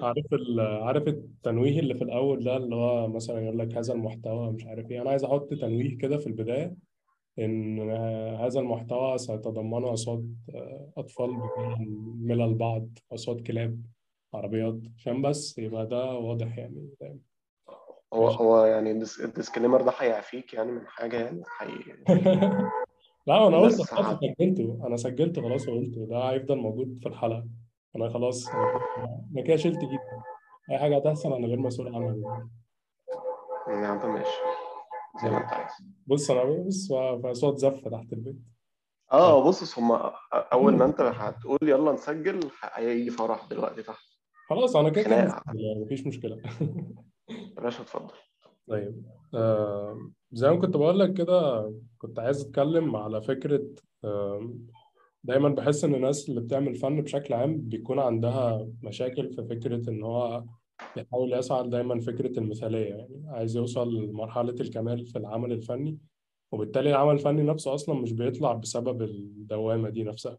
عارف التنويه اللي في الاول ده، اللي هو مثلا يقول لك هذا المحتوى مش عارف ايه. انا عايز احط تنويه كده في البدايه، ان هذا المحتوى سيتضمن اصوات اطفال ملل بعض، اصوات كلاب، عربيات، عشان بس يبقى ده واضح يعني دايما. ماشي. هو يعني الديسكليمر ده هيعفيك يعني من حاجة، يعني لا، انا قلت الناس خلاص، سجلته خلاص وقلته ده هيفضل موجود في الحلقه. انا خلاص، انا كده شلت جدا. اي حاجه هتحصل انا غير مسؤول عنها دلوقتي. يا عم ماشي زي ما طيب. انت عايز. بص انا بص في صوت زفه تحت البيت. طيب. اه بص، هما اول ما انت هتقول يلا نسجل هيجي فرح دلوقتي تحت. خلاص انا كده كده خناقة. مسجل، يعني مفيش مشكله. يا باشا اتفضل. طيب. زي ما كنت بقول لك كده، كنت عايز اتكلم على فكره. دايما بحس ان الناس اللي بتعمل فن بشكل عام بيكون عندها مشاكل في فكره ان هو يحاول يسعى دايما فكره المثاليه، يعني عايز يوصل لمرحله الكمال في العمل الفني. وبالتالي العمل الفني نفسه اصلا مش بيطلع بسبب الدوامه دي نفسها.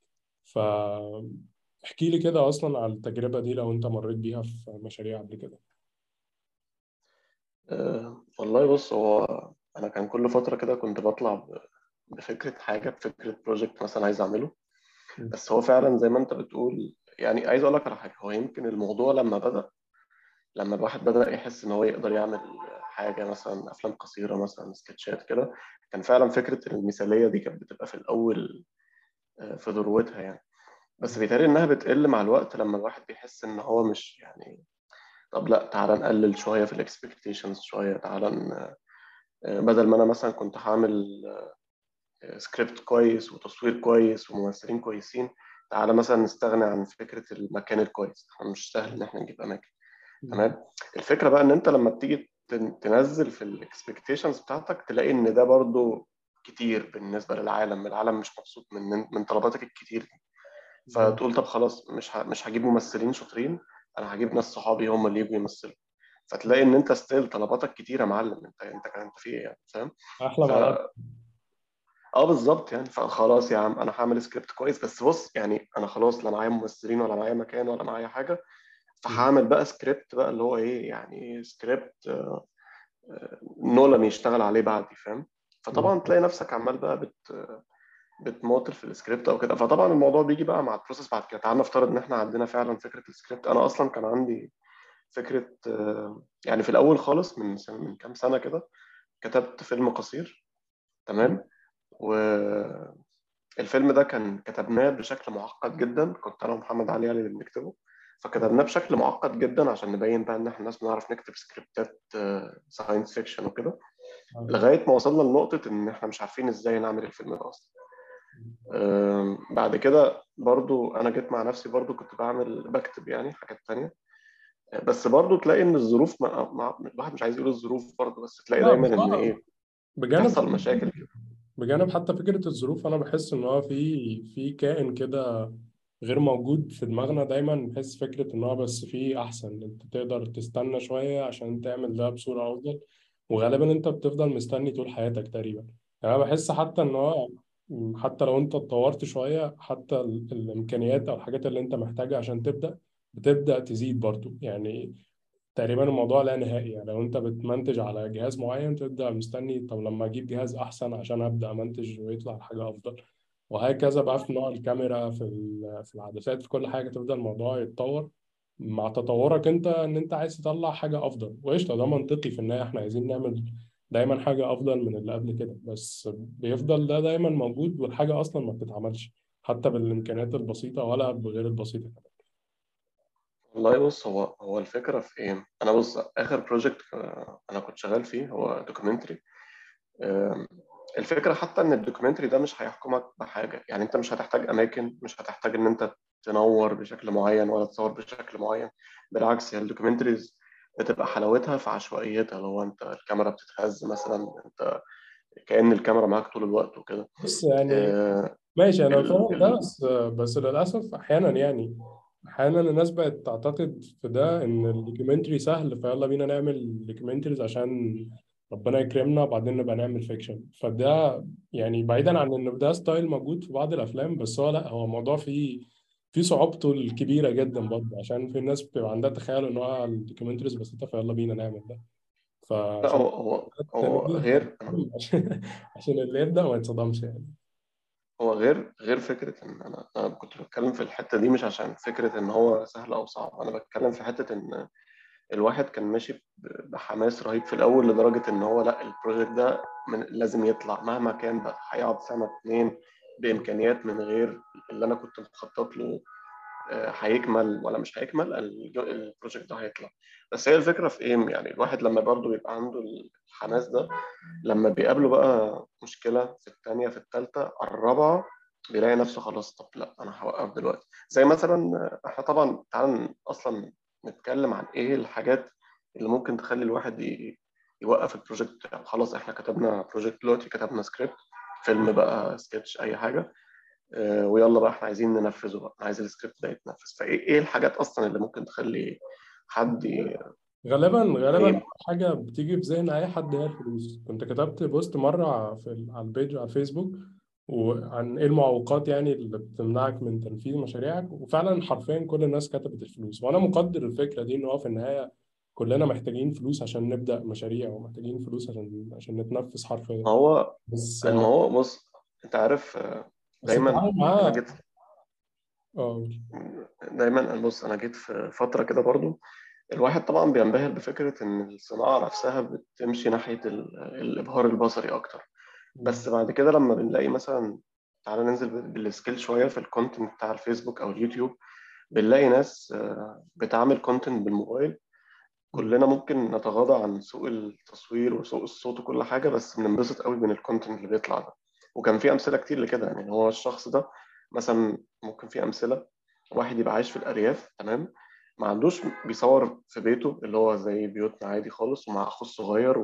فاحكي لي كده اصلا على التجربه دي، لو انت مريت بيها في مشاريع قبل كده. والله بص، هو انا كان كل فترة كده كنت بطلع بفكرة حاجة، بفكرة بروجكت مثلا عايز اعمله. م. بس هو فعلا زي ما انت بتقول، يعني عايز اقول لك على حاجة. هو يمكن الموضوع لما الواحد بدأ يحس ان هو يقدر يعمل حاجة، مثلا افلام قصيرة مثلا سكتشات كده، كان فعلا فكرة المثالية دي كانت بتبقى في الاول في ذروتها يعني. بس بيتهيألي إنها بتقل مع الوقت لما الواحد بيحس إن هو مش يعني. طب لا، تعالى نقلل شوية في الإكسبكتيشنز شوية. تعالى بدل ما أنا مثلا كنت هعمل سكريبت كويس وتصوير كويس وممثلين كويسين، تعالى مثلا نستغنى عن فكرة المكان الكويس. احنا مش سهل إن احنا نجيب أماكن. تمام. الفكرة بقى إن أنت لما بتيجي تنزل في الإكسبكتيشنز بتاعتك، تلاقي إن ده برضو كتير بالنسبة للعالم. العالم مش مبسوط من طلباتك الكتير. م. فتقول طب خلاص، مش هجيب ممثلين شاطرين، انا هجيب ناس صحابي هم اللي يجوا يمثلوا. فتلاقي ان انت ستيل طلباتك كتير يا معلم. انت في ايه يعني، فاهم؟ احلى ف مع الأكل. اه بالظبط يعني. فخلاص يا عم، انا هعمل سكريبت كويس، بس بص يعني انا خلاص لا معايا ممثلين ولا معايا مكان ولا معايا حاجه. م. فهعمل بقى سكريبت بقى اللي هو ايه يعني، سكريبت نولان يشتغل عليه بعدي، فاهم؟ فطبعا بالظبط. تلاقي نفسك عمال بقى بتماطل في السكريبت او كده. فطبعا الموضوع بيجي بقى مع البروسيس بعد كده. تعال نفترض ان احنا عندنا فعلا فكره السكريبت. انا اصلا كان عندي فكره يعني في الاول خالص من كام سنه كده كتبت فيلم قصير. تمام. والفيلم ده كان كتبناه بشكل معقد جدا. كنت انا ومحمد علي اللي بنكتبه. فكتبناه بشكل معقد جدا عشان نبين بقى ان احنا ناس بنعرف نكتب سكريبتات ساينس فيكشن وكده، لغايه ما وصلنا لنقطه ان احنا مش عارفين ازاي نعمل الفيلم ده اصلا. بعد كده برضو انا جيت مع نفسي، برضو كنت بكتب يعني حاجات تانية. بس برضو تلاقي ان الظروف الواحد مش عايز يقول الظروف برضو، بس تلاقي لا دايما ان بصراحه، ايه، بجانب تحصل مشاكل كده. بجانب حتى فكرة الظروف، أنا بحس إن هو في كائن كده غير موجود في دماغنا دايما. بحس فكرة إن هو بس في أحسن، أنت تقدر تستنى شوية عشان تعمل ده بصورة أفضل. وغالبا أنت بتفضل مستني طول حياتك تقريبا. يعني أنا بحس حتى إن هو حتى لو أنت اتطورت شوية، حتى الإمكانيات أو الحاجات اللي أنت محتاجها عشان تبدأ بتبدأ تزيد برضو يعني. تقريبا الموضوع لا نهائي. يعني لو انت بتمنتج على جهاز معين تبدأ مستني، طب لما اجيب جهاز احسن عشان ابدأ امنتج ويطلع حاجة افضل. وهكذا بقى في نوع الكاميرا، في العدسات، في كل حاجة تبدأ الموضوع يتطور مع تطورك انت، ان انت عايز تطلع حاجة افضل. وقشطة، ده منطقي في النهاية، احنا عايزين نعمل دايما حاجة افضل من اللي قبل كده، بس بيفضل ده دايما موجود والحاجة اصلا ما بتتعملش حتى بالامكانيات البسيطة ولا بغير البسيطة. والله بص، هو الفكره في ايه. انا بص، اخر بروجكت انا كنت شغال فيه هو دوكيومنتري. الفكره حتى ان الدوكيومنتري ده مش هيحكمك بحاجه. يعني انت مش هتحتاج اماكن، مش هتحتاج ان انت تنور بشكل معين ولا تصور بشكل معين. بالعكس، هي الدوكيومنتريز بتبقى حلاوتها في عشوائيتها. لو انت الكاميرا بتتهز مثلا، انت كأن الكاميرا معاك طول الوقت وكده. بص يعني، آه، ماشي انا ال فاهم ده، ال بس للاسف احيانا يعني، احيانا الناس بقت تعتقد في ده ان الدوكيومنتري سهل، فيلا بينا نعمل دوكيومنتريز عشان ربنا يكرمنا وبعدين نبقى نعمل فيكشن. فده يعني بعيدا عن ان ده ستايل موجود في بعض الافلام، بس هو لا، هو الموضوع في صعوبته الكبيره جدا برضه، عشان في ناس بتبقى عندها تخيل ان هو الدوكيومنتريز بسيطه فيلا بينا نعمل ده. لا هو فعشان هو هو التنويه غير عشان اللي يبدا ما يتصدمش يعني. هو غير فكره ان انا كنت بتكلم في الحته دي مش عشان فكره ان هو سهل او صعب. انا بتكلم في حته ان الواحد كان ماشي بحماس رهيب في الاول، لدرجه ان هو لا البروجكت ده لازم يطلع مهما كان بقى، هيقعد سنه اتنين بامكانيات من غير اللي انا كنت مخطط له هيكمل ولا مش هيكمل، البروجكت ده هيطلع. بس هي الفكره في ايه؟ يعني الواحد لما برضه يبقى عنده الحماس ده، لما بيقابله بقى مشكله في الثانيه في الثالثه الرابعه، بيلاقي نفسه خلاص طب لا انا هوقف دلوقتي. زي مثلا احنا طبعا تعال اصلا نتكلم عن ايه الحاجات اللي ممكن تخلي الواحد يوقف البروجكت بتاعه. خلاص احنا كتبنا بروجكت دلوقتي، كتبنا سكريبت، فيلم بقى، سكتش، اي حاجه، ويلا بقى احنا عايزين ننفذه بقى، عايز السكريبت ده يتنفذ. فايه الحاجات اصلا اللي ممكن تخلي حد غالبا أول يعني حاجه بتيجي في ذهن اي حد هي الفلوس. كنت كتبت بوست مره على البيج على الفيسبوك وعن ايه المعوقات يعني اللي بتمنعك من تنفيذ مشاريعك، وفعلا حرفيا كل الناس كتبت الفلوس. وانا مقدر الفكره دي ان هو في النهايه كلنا محتاجين فلوس عشان نبدا مشاريع، ومحتاجين فلوس عشان نتنفس حرفيا. ما هو بس ما هو بص، انت عارف بس دايما التعامل انا معاه. جيت اه. دايما بص انا جيت في فتره كده برضو، الواحد طبعا بينبهر بفكره ان الصناعه نفسها بتمشي ناحيه الابهار البصري اكتر. بس بعد كده لما بنلاقي مثلا، تعالى ننزل بالسكيل شويه في الكونتنت بتاع الفيسبوك او اليوتيوب، بنلاقي ناس بتعمل كونتنت بالموبايل. كلنا ممكن نتغاضى عن سوق التصوير وسوق الصوت وكل حاجة، بس بننبسط قوي من الكونتنت اللي بيطلع ده. وكان في أمثلة كتير لكده، يعني هو الشخص ده مثلا ممكن في أمثلة، واحد يبقى عايش في الأرياف تمام، ما عندوش، بيصور في بيته اللي هو زي بيوتنا عادي خالص، ومع أخوه الصغير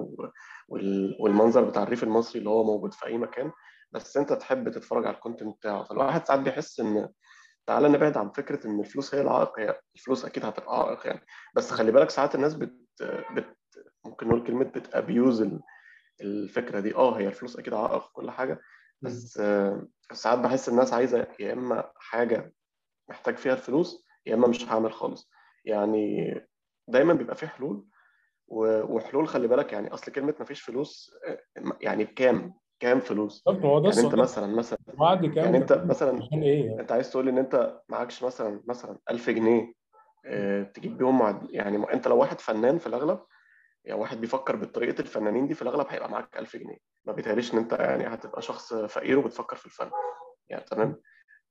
والمنظر بتاع الريف المصري اللي هو موجود في أي مكان، بس أنت تحب تتفرج على الكونتنت بتاعه. فالواحد ساعات بيحس إن تعالى نبعد عن فكرة إن الفلوس هي العائق. هي الفلوس أكيد هتبقى عائق يعني، بس خلي بالك ساعات الناس بت ممكن نقول كلمة بتأبيوز الفكرة دي. هي الفلوس أكيد عائق كل حاجة، بس ساعات بحس الناس عايزة يا إما حاجة محتاج فيها الفلوس، يا إما مش هعمل خالص يعني. دايما بيبقى في حلول، وحلول خلي بالك يعني. أصل كلمة مفيش فلوس يعني كام فلوس؟ بالظبط، ما هو ده يعني أنت السؤال. مثلا بعد كام يعني أنت كمان؟ مثلا عشان ايه يعني؟ أنت عايز تقول إن أنت معكش مثلا 1000 جنيه تجيب بيهم يعني انت لو واحد فنان في الاغلب، يعني واحد بيفكر بطريقه الفنانين دي، في الاغلب هيبقى معاك 1000 جنيه. ما بيتهيأليش ان انت يعني هتبقى شخص فقير وبتفكر في الفن يعني، تمام.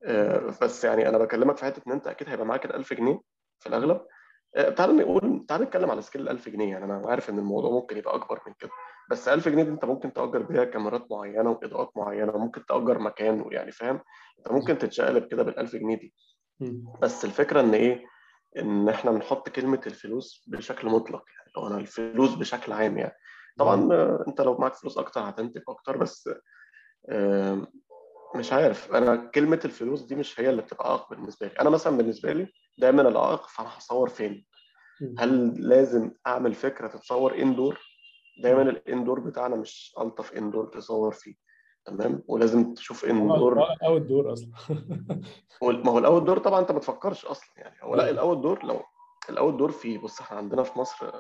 بس يعني انا بكلمك في حته ان انت اكيد هيبقى معاك ال 1000 جنيه في الاغلب. تعال نتكلم على سكيل ال 1000 جنيه. يعني انا عارف ان الموضوع ممكن يبقى اكبر من كده، بس 1000 جنيه دي انت ممكن تأجر بيها كاميرات معينه واضاءات معينه، وممكن تأجر مكان، ويعني فاهم، انت ممكن تتشقلب كده بال 1000 جنيه دي. مم. بس الفكرة إن إيه؟ إن إحنا بنحط كلمة الفلوس بشكل مطلق، يعني لو أنا الفلوس بشكل عام يعني. مم. طبعا أنت لو معاك فلوس أكتر هتنتج أكتر، بس آه، مش عارف، أنا كلمة الفلوس دي مش هي اللي بتبقى عائق بالنسبة لي. أنا مثلا بالنسبة لي دايما العائق فأنا هصور فين؟ مم. هل لازم أعمل فكرة تتصور إندور؟ دايما مم. الإندور بتاعنا مش ألطف إندور تصور فيه، تمام. ولازم تشوف هو إندور. اول دور اصلا. ما هو الاول دور طبعا انت ما تفكرش اصلا يعني. هو لا ايوه. الاول دور، لو الاول دور فيه، بص احنا عندنا في مصر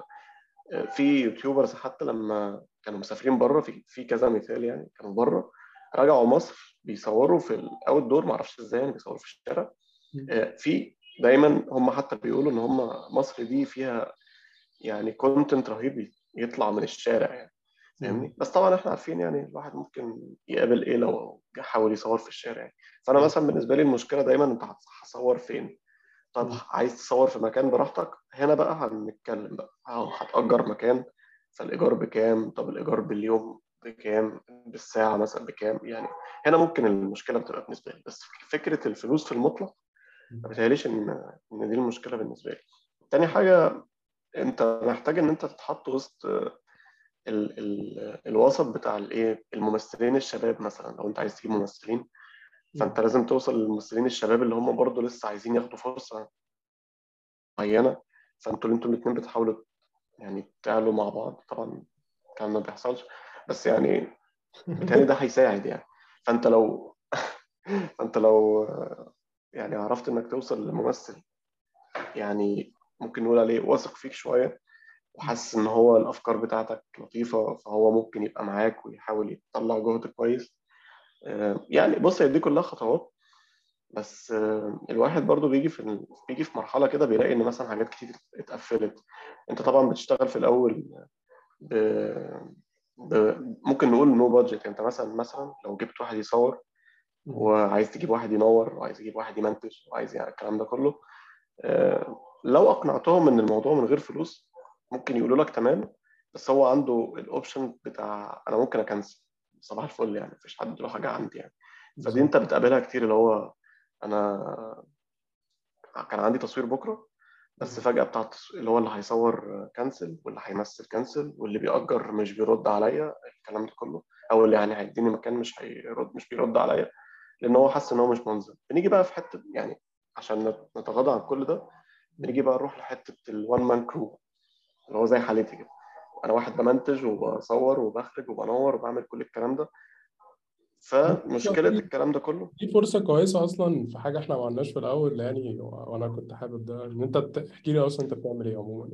في يوتيوبرز حتى لما كانوا مسافرين بره، في كذا مثال يعني، كانوا بره رجعوا مصر بيصوروا في الاول دور، ما اعرفش ازاي يعني، بيصوروا في الشارع. مم. في دايما هم حتى بيقولوا ان هم مصر دي فيها يعني كونتنت رهيب يطلع من الشارع يعني، مم. فاهمني. بس طبعا احنا عارفين يعني الواحد ممكن يقابل ايه لو حاول يصور في الشارع يعني. فانا ايوه. مثلا بالنسبه لي المشكله دايما انت هتصور فين؟ طب مم. عايز تصور في مكان براحتك، هنا بقى هنتكلم بقى هتأجر مكان، فالإيجار بكام؟ طب الإيجار باليوم بكام؟ بالساعة مثلا بكام يعني؟ هنا ممكن المشكلة بتبقى بالنسبة لي، بس فكرة الفلوس في المطلق ما بتهيأليش إن دي المشكلة بالنسبة لي. تاني حاجة، أنت محتاج إن أنت تتحط وسط الوسط بتاع الإيه، الممثلين الشباب مثلا. لو أنت عايز تجيب ممثلين، مم. فأنت لازم توصل للممثلين الشباب اللي هم برضه لسه عايزين ياخدوا فرصة معينة. فانتوا الاثنين بتحاولوا يعني تعلوا مع بعض. طبعا الكلام ما بيحصلش، بس يعني بالتالي ده هيساعد يعني. فانت لو فانت لو يعني عرفت انك توصل لممثل يعني ممكن نقول عليه واثق فيك شويه، وحاسس ان هو الافكار بتاعتك لطيفه، فهو ممكن يبقى معاك ويحاول يطلع جهد كويس. يعني بص، هي دي كلها خطوات. بس الواحد برضو بيجي في مرحله كده بيلاقي ان مثلا حاجات كتير اتقفلت. انت طبعا بتشتغل في الاول ب... ب... ممكن نقول نو بادجت. انت مثلا لو جبت واحد يصور، وعايز تجيب واحد ينور، وعايز تجيب واحد يمنتج، وعايز يعني الكلام ده كله، لو اقنعتهم ان الموضوع من غير فلوس ممكن يقولوا لك تمام. بس هو عنده الاوبشن بتاع انا ممكن اكنسل صباح الفل، يعني مفيش حد له حاجه عندي يعني. فدي بالظبط. انت بتقابلها كتير، اللي هو انا كان عندي تصوير بكره، بس فجاه بتاع اللي هو اللي هيصور كنسل، واللي هيمثل كنسل، واللي بيأجر مش بيرد عليا الكلام ده كله، او اللي يعني هيديني مكان مش بيرد عليا، لان هو حاسس ان هو مش منظم. بنيجي بقى في حته يعني عشان نتغاضى عن كل ده، بنيجي بقى نروح لحته الوان مان كرو، اللي هو زي حالتي كده. انا واحد بمنتج وبصور وبخرج وبنور وبعمل كل الكلام ده. فمشكله الكلام ده كله، دي فرصة كويسة أصلا في حاجة إحنا ما عملناش في الأول يعني، وأنا كنت حابب ده إن أنت تحكي لي أصلا أنت بتعمل إيه عموما.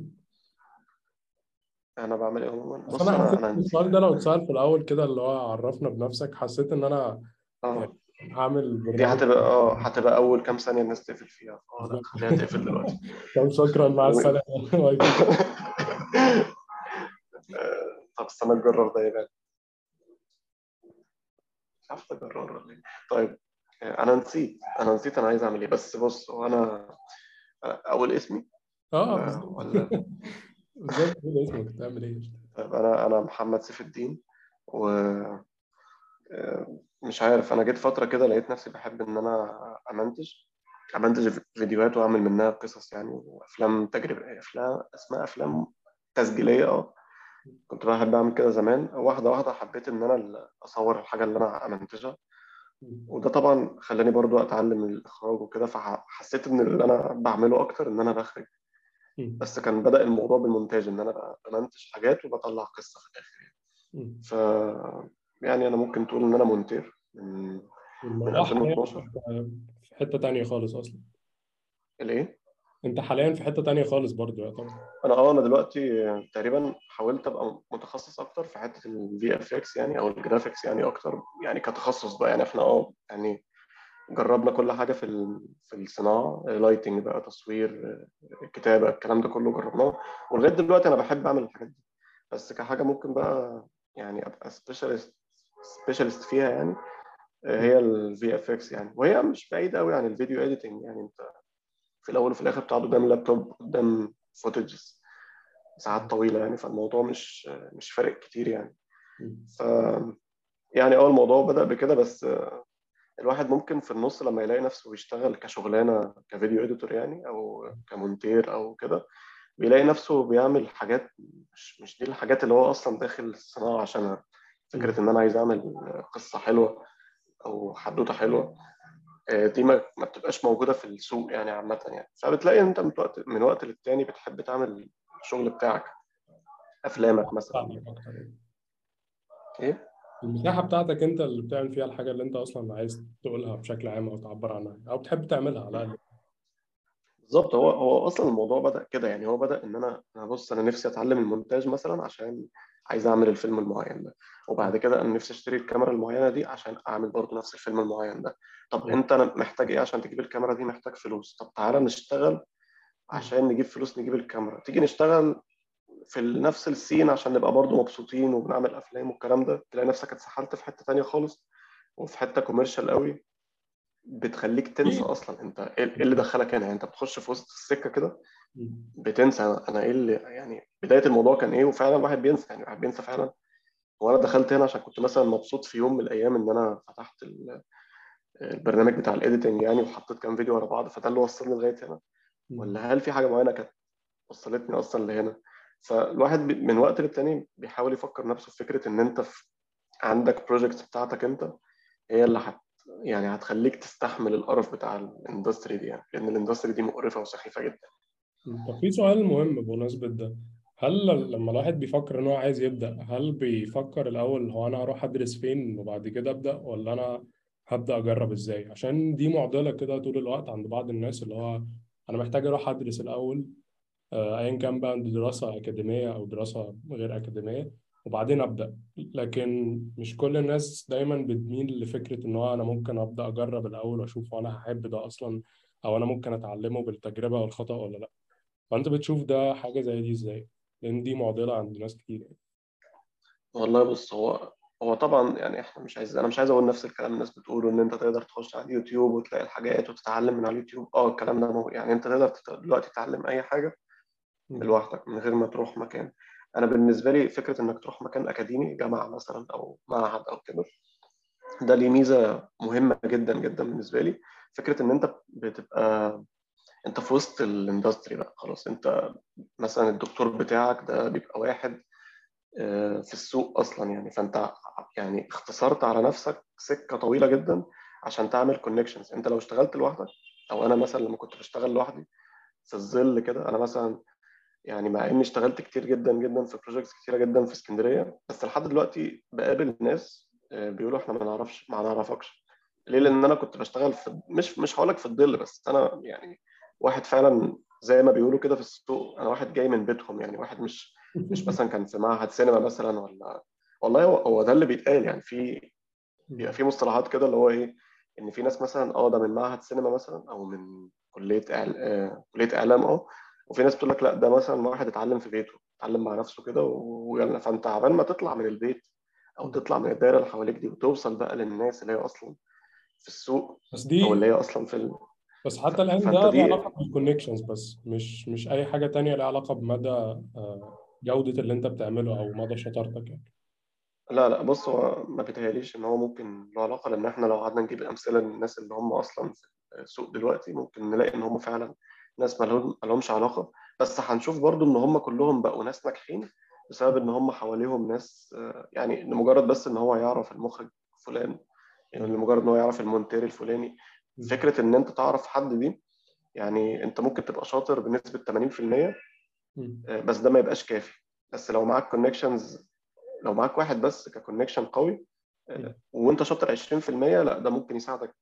انا بعمل ايه عموما؟ بس بص، أنا انا حسيت انا إن نسيت. السؤال ده لو اتسأل في الأول كده اللي هو عرفنا بنفسك، حسيت إن أنا اه، يعني هعمل دي برنامج. هتبقى اول كام ثانيه الناس تقفل فيها. لا، بالظبط. خليها تقفل دلوقتي. طب شكرا، مع السلامة. باي باي. طب استنى نجرب ده يبقى. مش عارف اجرب ولا ايه. طيب، انا نسيت انا عايز اعمل ايه. بس بص، هو انا اول اسمي ولا بالظبط. ولا بالظبط، قول اسمك بتعمل إيه. طيب، انا محمد سيف الدين. ومش عارف، انا جيت فتره كده لقيت نفسي بحب ان انا امنتج فيديوهات واعمل منها قصص يعني، وافلام تجريبيه، افلام اسمها افلام تسجيليه. كنت بحب اعمل كده زمان. واحده واحده حبيت ان انا اصور الحاجه اللي انا امنتجها. وده طبعا خلاني برضو اتعلم الاخراج وكده، فحسيت ان اللي انا بعمله اكتر ان انا بخرج. بس كان بدأ الموضوع بالمونتاج، ان انا بمنتج حاجات وبطلع قصه في الاخر. ف يعني انا ممكن تقول ان انا مونتير من الموضوع حاليا 2012. في حتة تانية خالص أصلا. الايه؟ أنت حاليا في حتة تانية خالص برضو يا طبعا. انا دلوقتي تقريبا حاولت ابقى متخصص اكتر في حته الفي اف اكس يعني، او الجرافيكس يعني اكتر يعني كتخصص بقى. يعني احنا يعني جربنا كل حاجه في الصناعه، لايتنج بقى، تصوير، كتابه، الكلام ده كله جربناه. ولغايه دلوقتي انا بحب اعمل الحاجات دي. بس كحاجه ممكن بقى يعني ابقى سبيشالست فيها يعني، هي الفي اف اكس يعني. وهي مش بعيده قوي عن الفيديو اديتنج يعني. انت في الاول وفي الاخر بتقعد قدام اللابتوب، قدام فوتجز ساعات طويله يعني. فالموضوع مش فارق كتير يعني. ف يعني الموضوع بدأ بكده. بس الواحد ممكن في النص لما يلاقي نفسه بيشتغل كشغلانه كفيديو اديتور يعني، او كمونتير او كده، بيلاقي نفسه بيعمل حاجات مش دي الحاجات اللي هو اصلا داخل الصناعه عشانها. فكره ان انا عايز اعمل قصه حلوه او حدوته حلوه، دي ما بتبقاش موجوده في السوق يعني عامه يعني. فبتلاقي انت من وقت للتاني بتحب تعمل الشغل بتاعك، افلامك مثلا. بتاعتك أكتر يعني. ايه؟ المساحة بتاعتك أنت اللي بتعمل فيها الحاجة اللي أنت أصلا عايز تقولها بشكل عام أو تعبر عنها أو بتحب تعملها على الأقل. بالظبط. هو اصلا الموضوع بدأ كده يعني. هو بدأ ان انا بص، انا نفسي اتعلم المونتاج مثلا عشان عايز اعمل الفيلم المعين ده. وبعد كده انا نفسي اشتري الكاميرا المعينه دي عشان اعمل برضه نفس الفيلم المعين ده. طب انت محتاج ايه عشان تجيب الكاميرا دي؟ محتاج فلوس. طب تعالى نشتغل عشان نجيب فلوس نجيب الكاميرا. تيجي نشتغل في نفس السين عشان نبقى برضه مبسوطين وبنعمل افلام والكلام ده، تلاقي نفسك اتسحلت في حته تانيه خالص، وفي حته كوميرشال قوي، بتخليك تنسى في اصلا انت ايه اللي دخلك هنا يعني. انت بتخش في وسط السكه كده، في- بتنسى انا ايه اللي يعني بدايه الموضوع كان ايه. وفعلا الواحد بينسى يعني، الواحد بينسى فعلا. وانا دخلت هنا عشان كنت مثلا مبسوط في يوم من الايام ان انا فتحت البرنامج بتاع الايديتنج يعني، وحطيت كام فيديو ورا بعض، فده اللي وصلني لغايه هنا. ولا هل في حاجه معينه كانت وصلتني اصلا لهنا؟ فالواحد من وقت للتاني بيحاول يفكر نفسه في فكره ان انت عندك بروجكتس بتاعتك انت، هي اللي يعني هتخليك تستحمل القرف بتاع الاندستري دي يعني، لان الاندستري دي مقرفه وسخيفه جدا. طب في سؤال مهم بمناسبة ده. هل لما الواحد بيفكر إن هو عايز يبدأ، هل بيفكر الأول هو أنا هروح أدرس فين وبعد كده أبدأ، ولا أنا هبدأ أجرب إزاي؟ عشان دي معضلة كده طول الوقت عند بعض الناس، اللي هو أنا محتاج أروح أدرس الأول، أيا كان بقى دراسة أكاديمية أو دراسة غير أكاديمية، وبعدين أبدأ. لكن مش كل الناس دايما بتميل لفكرة إن هو أنا ممكن أبدأ أجرب الأول وأشوف وأنا هحب ده أصلا، أو أنا ممكن أتعلمه بالتجربة والخطأ ولا لأ. فأنت بتشوف ده حاجة زي دي إزاي؟ لأن دي معضلة عند ناس كتير يعني. والله بص، هو طبعا يعني احنا مش عايز، انا مش عايز اقول نفس الكلام الناس بتقوله ان انت تقدر تخش على اليوتيوب وتلاقي الحاجات وتتعلم من على اليوتيوب. الكلام ده يعني انت تقدر دلوقتي تتعلم اي حاجه مم. لوحدك من غير ما تروح مكان. انا بالنسبه لي فكره انك تروح مكان اكاديمي، جامعه مثلا او معهد او كده، ده ليه ميزه مهمه جدا جدا بالنسبه لي. فكره ان انت بتبقى انت في وسط الاندستري بقى خلاص. انت مثلا الدكتور بتاعك ده بيبقى واحد في السوق اصلا يعني. فانت يعني اختصرت على نفسك سكه طويله جدا عشان تعمل كونكشنز. انت لو اشتغلت لوحدك، او انا مثلا لما كنت بشتغل لوحدي في الظل كده، انا مثلا يعني مع اني اشتغلت كتير جدا جدا في بروجكتس كتيره جدا في اسكندريه، بس لحد دلوقتي بقابل ناس بيقولوا احنا ما نعرفكش. ليه؟ لان انا كنت بشتغل في، مش هقول لك في الظل، بس انا يعني واحد فعلا زي ما بيقولوا كده في السوق، انا واحد جاي من بيتهم يعني. واحد مش مثلا كان في معهد سينما مثلا ولا. والله هو ده اللي بيتقال يعني. بيبقى في مصطلحات كده اللي هو ايه، ان في ناس مثلا ده من معهد سينما مثلا او من كليه اعلام وفي ناس بتقول لك لا، ده مثلا واحد اتعلم في بيته، اتعلم مع نفسه كده ويلا. فانت عبال ما تطلع من البيت او تطلع من الدايره اللي حواليك دي وتوصل بقى للناس اللي هي اصلا في السوق، بس او اللي دي هي اصلا بس حتى الآن فانت ده له دي. علاقة بالكونكشنز بس، مش أي حاجة تانية لها علاقة بمدى جودة اللي أنت بتعمله أو مدى شطارتك يعني. لا لا، بص، هو ما بيتهيأليش ان هو ممكن له علاقه، لان احنا لو قعدنا نجيب امثله للناس اللي هم اصلا في السوق دلوقتي ممكن نلاقي ان هم فعلا ناس ما لهمش علاقه. بس هنشوف برضو ان هم كلهم بقوا ناس ناجحين بسبب ان هم حواليهم ناس يعني لمجرد بس ان هو يعرف المخرج فلان، يعني مم. لمجرد ان هو يعرف المونتير الفلاني. مم. فكره ان انت تعرف حد دي، يعني انت ممكن تبقى شاطر بنسبه 80%، مم. بس ده ما يبقاش كافي. بس لو معاك كونكشنز، لو معاك واحد بس ككونكشن قوي مم. وانت شاطر 20%، لا ده ممكن يساعدك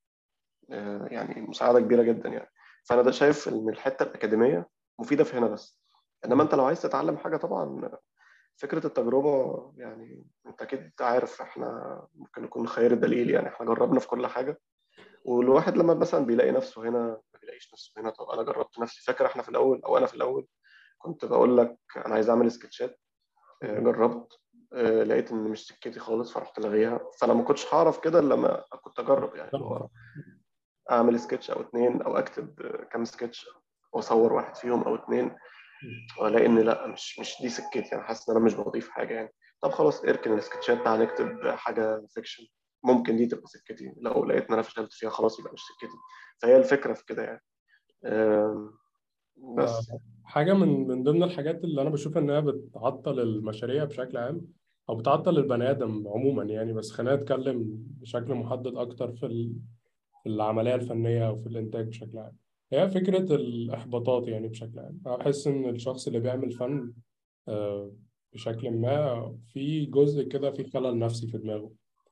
يعني مساعدة كبيرة جدا يعني. فانا ده شايف ان الحتة الأكاديمية مفيدة في هنا بس. انما مم. انت لو عايز تتعلم حاجة طبعا فكرة التجربة يعني. انت اكيد عارف احنا ممكن نكون خير الدليل يعني. احنا جربنا في كل حاجة، والواحد لما مثلا بيلاقي نفسه هنا ما بيلاقيش نفسه هنا. طب انا جربت نفسي. فاكر احنا في الاول، او انا في الاول كنت بقول لك انا عايز اعمل سكتشات، مم. جربت لقيت ان مش سكتي خالص فرحت لغيها. فانا ما كنتش هعرف كده الا لما كنت اجرب يعني، اللي هو اعمل سكتش او اتنين او اكتب كام سكتش واصور واحد فيهم او اتنين، مم. والاقي ان لا، مش دي سكتي. يعني حاسس ان انا مش بضيف حاجه يعني. طب خلاص اركن السكتشات، تعالى نكتب حاجه فيكشن، ممكن دي تبقى سكتي. لو لقيت ان انا فشلت فيها خلاص يبقى مش سكتي. فهي الفكره في كده يعني. آم، آه، بس حاجة من ضمن الحاجات اللي أنا بشوف إنها بتعطل المشاريع بشكل عام، أو بتعطل البني آدم عموما يعني. بس خلينا نتكلم بشكل محدد أكتر في العملية الفنية أو في الإنتاج بشكل عام، هي فكرة الإحباطات يعني. بشكل عام أنا بحس إن الشخص اللي بيعمل فن آه، بشكل ما في جزء كده في خلل نفسي في دماغه.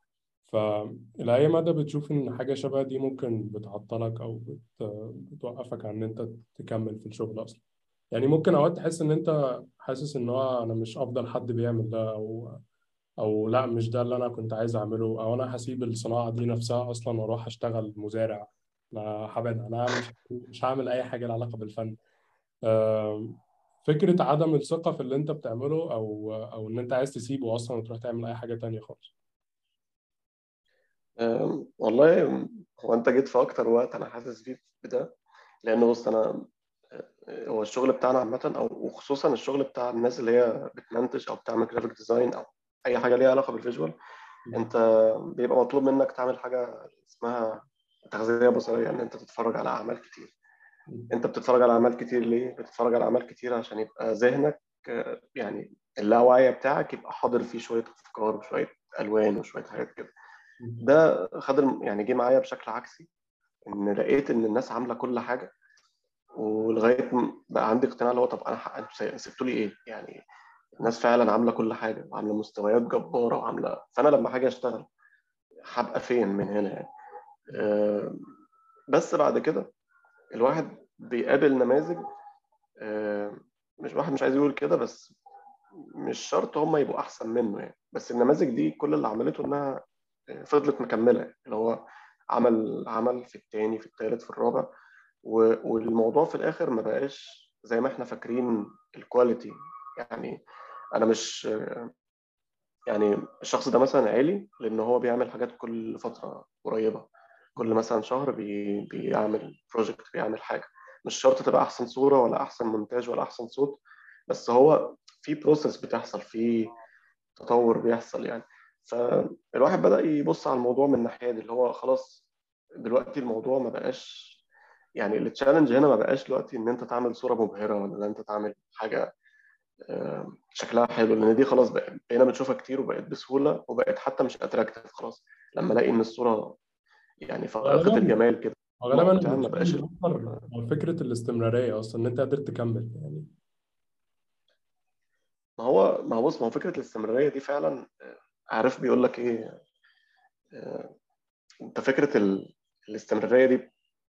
فإلى أي مدى بتشوف إن حاجة شبه دي ممكن بتعطلك أو بتوقفك عن إن أنت تكمل في الشغل أصلا؟ يعني ممكن أوقات تحس إن أنت حاسس إن هو أنا مش أفضل حد بيعمل ده، أو لا مش ده اللي أنا كنت عايز أعمله، أو أنا هسيب الصناعة دي نفسها أصلا وأروح أشتغل مزارع. أنا هبعد، أنا مش هعمل أي حاجة لها علاقة بالفن. آم، فكرة عدم الثقة في اللي أنت بتعمله، أو إن أنت عايز تسيبه أصلا وتروح تعمل أي حاجة تانية خالص. والله هو انت جيت في اكتر وقت انا حاسس فيه بده. لان بص انا هو الشغل بتاعنا عامة، أو وخصوصا الشغل بتاع الناس اللي هي بتمنتج أو بتعمل جرافيك ديزاين أو أي حاجة ليها علاقة بالفيجوال. أنت بيبقى مطلوب منك تعمل حاجة اسمها تغذية بصرية، إن أنت تتفرج على أعمال كتير. أنت بتتفرج على أعمال كتير ليه؟ بتتفرج على أعمال كتير عشان يبقى ذهنك يعني اللاوعي بتاعك يبقى حاضر فيه شوية أفكار وشوية ألوان وشوية حاجات كده. ده خد يعني جه معايا بشكل عكسي، إن لقيت إن الناس عاملة كل حاجة، ولغايه بقى عندي اقتناع اللي هو طب انا انتوا سبتوا لي ايه يعني؟ الناس فعلا عامله كل حاجه وعامله مستويات جباره وعامله، فانا لما حاجه اشتغل هبقى فين من هنا يعني؟ آه، بس بعد كده الواحد بيقابل نماذج، آه، مش واحد مش عايز يقول كده، بس مش شرط هم يبقوا احسن منه يعني. بس النماذج دي كل اللي عملته انها فضلت مكمله يعني. اللي هو عمل في التاني في التالت في الرابع، والموضوع في الاخر ما بقاش زي ما احنا فاكرين الكواليتي يعني. انا مش يعني الشخص ده مثلا عالي لان هو بيعمل حاجات كل فتره قريبه، كل مثلا شهر بيعمل بروجكت، بيعمل حاجه. مش شرط تبقى احسن صوره ولا احسن مونتاج ولا احسن صوت، بس هو في بروسيس بتحصل، في تطور بيحصل يعني. فالواحد بدأ يبص على الموضوع من الناحية دي، اللي هو خلاص دلوقتي الموضوع ما بقاش يعني التشالنج هنا ما بقاش دلوقتي ان انت تعمل صورة مبهرة ولا ان انت تعمل حاجة شكلها حلو، لان دي خلاص بقينا بنشوفها كتير وبقت بسهولة وبقت حتى مش اتراكتيف خلاص. لما الاقي ان الصورة يعني فائقة غالبا الجمال كده غالبا ممتعة، اللي ما بقاش بيشتغل اكتر هو فكره الاستمراريه اصلا، ان انت قادر تكمل يعني. ما هو بص، ما هو فكرة الاستمرارية دي فعلا عارف بيقول لك ايه. آه، انت فكرة الاستمرارية دي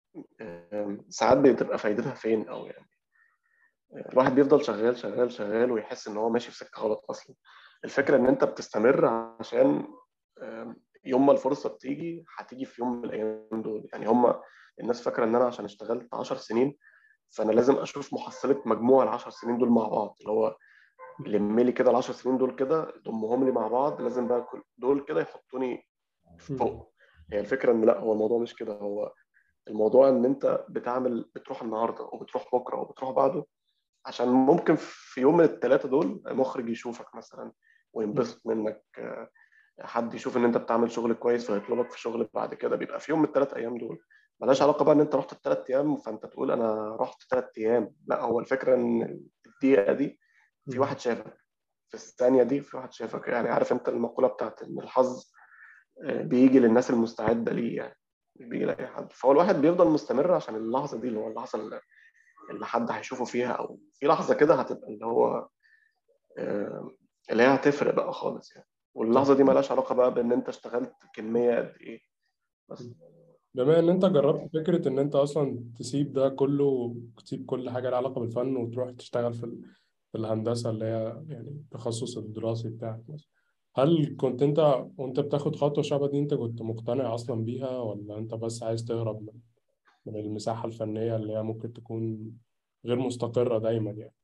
ساعات بتبقى فايدتها فين، او يعني الواحد بيفضل شغال شغال شغال ويحس ان هو ماشي في سكه غلط اصلا. الفكره ان انت بتستمر عشان يوم ما الفرصه بتيجي هتيجي في يوم من الايام دول يعني. الناس فاكره ان انا عشان اشتغلت 10 سنين فانا لازم اشوف محصله مجموع ال 10 سنين دول مع بعض، اللي هو لم لي كده ال 10 سنين دول كده ضمهم لي مع بعض، لازم بقى كل دول كده يحطوني مم. فوق. هي الفكره ان لا، هو الموضوع مش كده. هو الموضوع ان انت بتروح النهارده وبتروح بكره وبتروح بعده، عشان ممكن في يوم من الثلاثه دول مخرج يشوفك مثلا مم. وينبسط منك، حد يشوف ان انت بتعمل شغل كويس فيطلبك في شغل بعد كده. بيبقى في يوم من الثلاث ايام دول ملهاش علاقه بقى ان انت رحت الثلاث ايام فانت تقول انا رحت 3 ايام. لا، هو الفكره ان الدقيقه دي في مم. واحد شافك، في الثانيه دي في واحد شافك يعني. عارف انت المقوله بتاعت ان الحظ بيجي للناس المستعده ليه يعني، مش بيجي لاي حد. فهو الواحد بيفضل مستمر عشان اللحظه دي، اللي هو اللحظه اللي حد هيشوفه فيها، او في لحظه كده هتبقى اللي هو آه، اللي هي هتفرق بقى خالص يعني. طب واللحظه دي مالهاش علاقه بقى بان انت اشتغلت كميه قد ايه بس. بما ان انت جربت فكرة ان انت اصلا تسيب ده كله، تسيب كل حاجة لها علاقة بالفن وتروح تشتغل في الهندسة اللي هي يعني التخصص الدراسي بتاعك مثلا، هل كنت انت وانت بتاخد خطوة شبه دي انت كنت مقتنع اصلا بيها، ولا انت بس عايز تهرب من المساحة الفنية اللي هي ممكن تكون غير مستقرة دايما يعني؟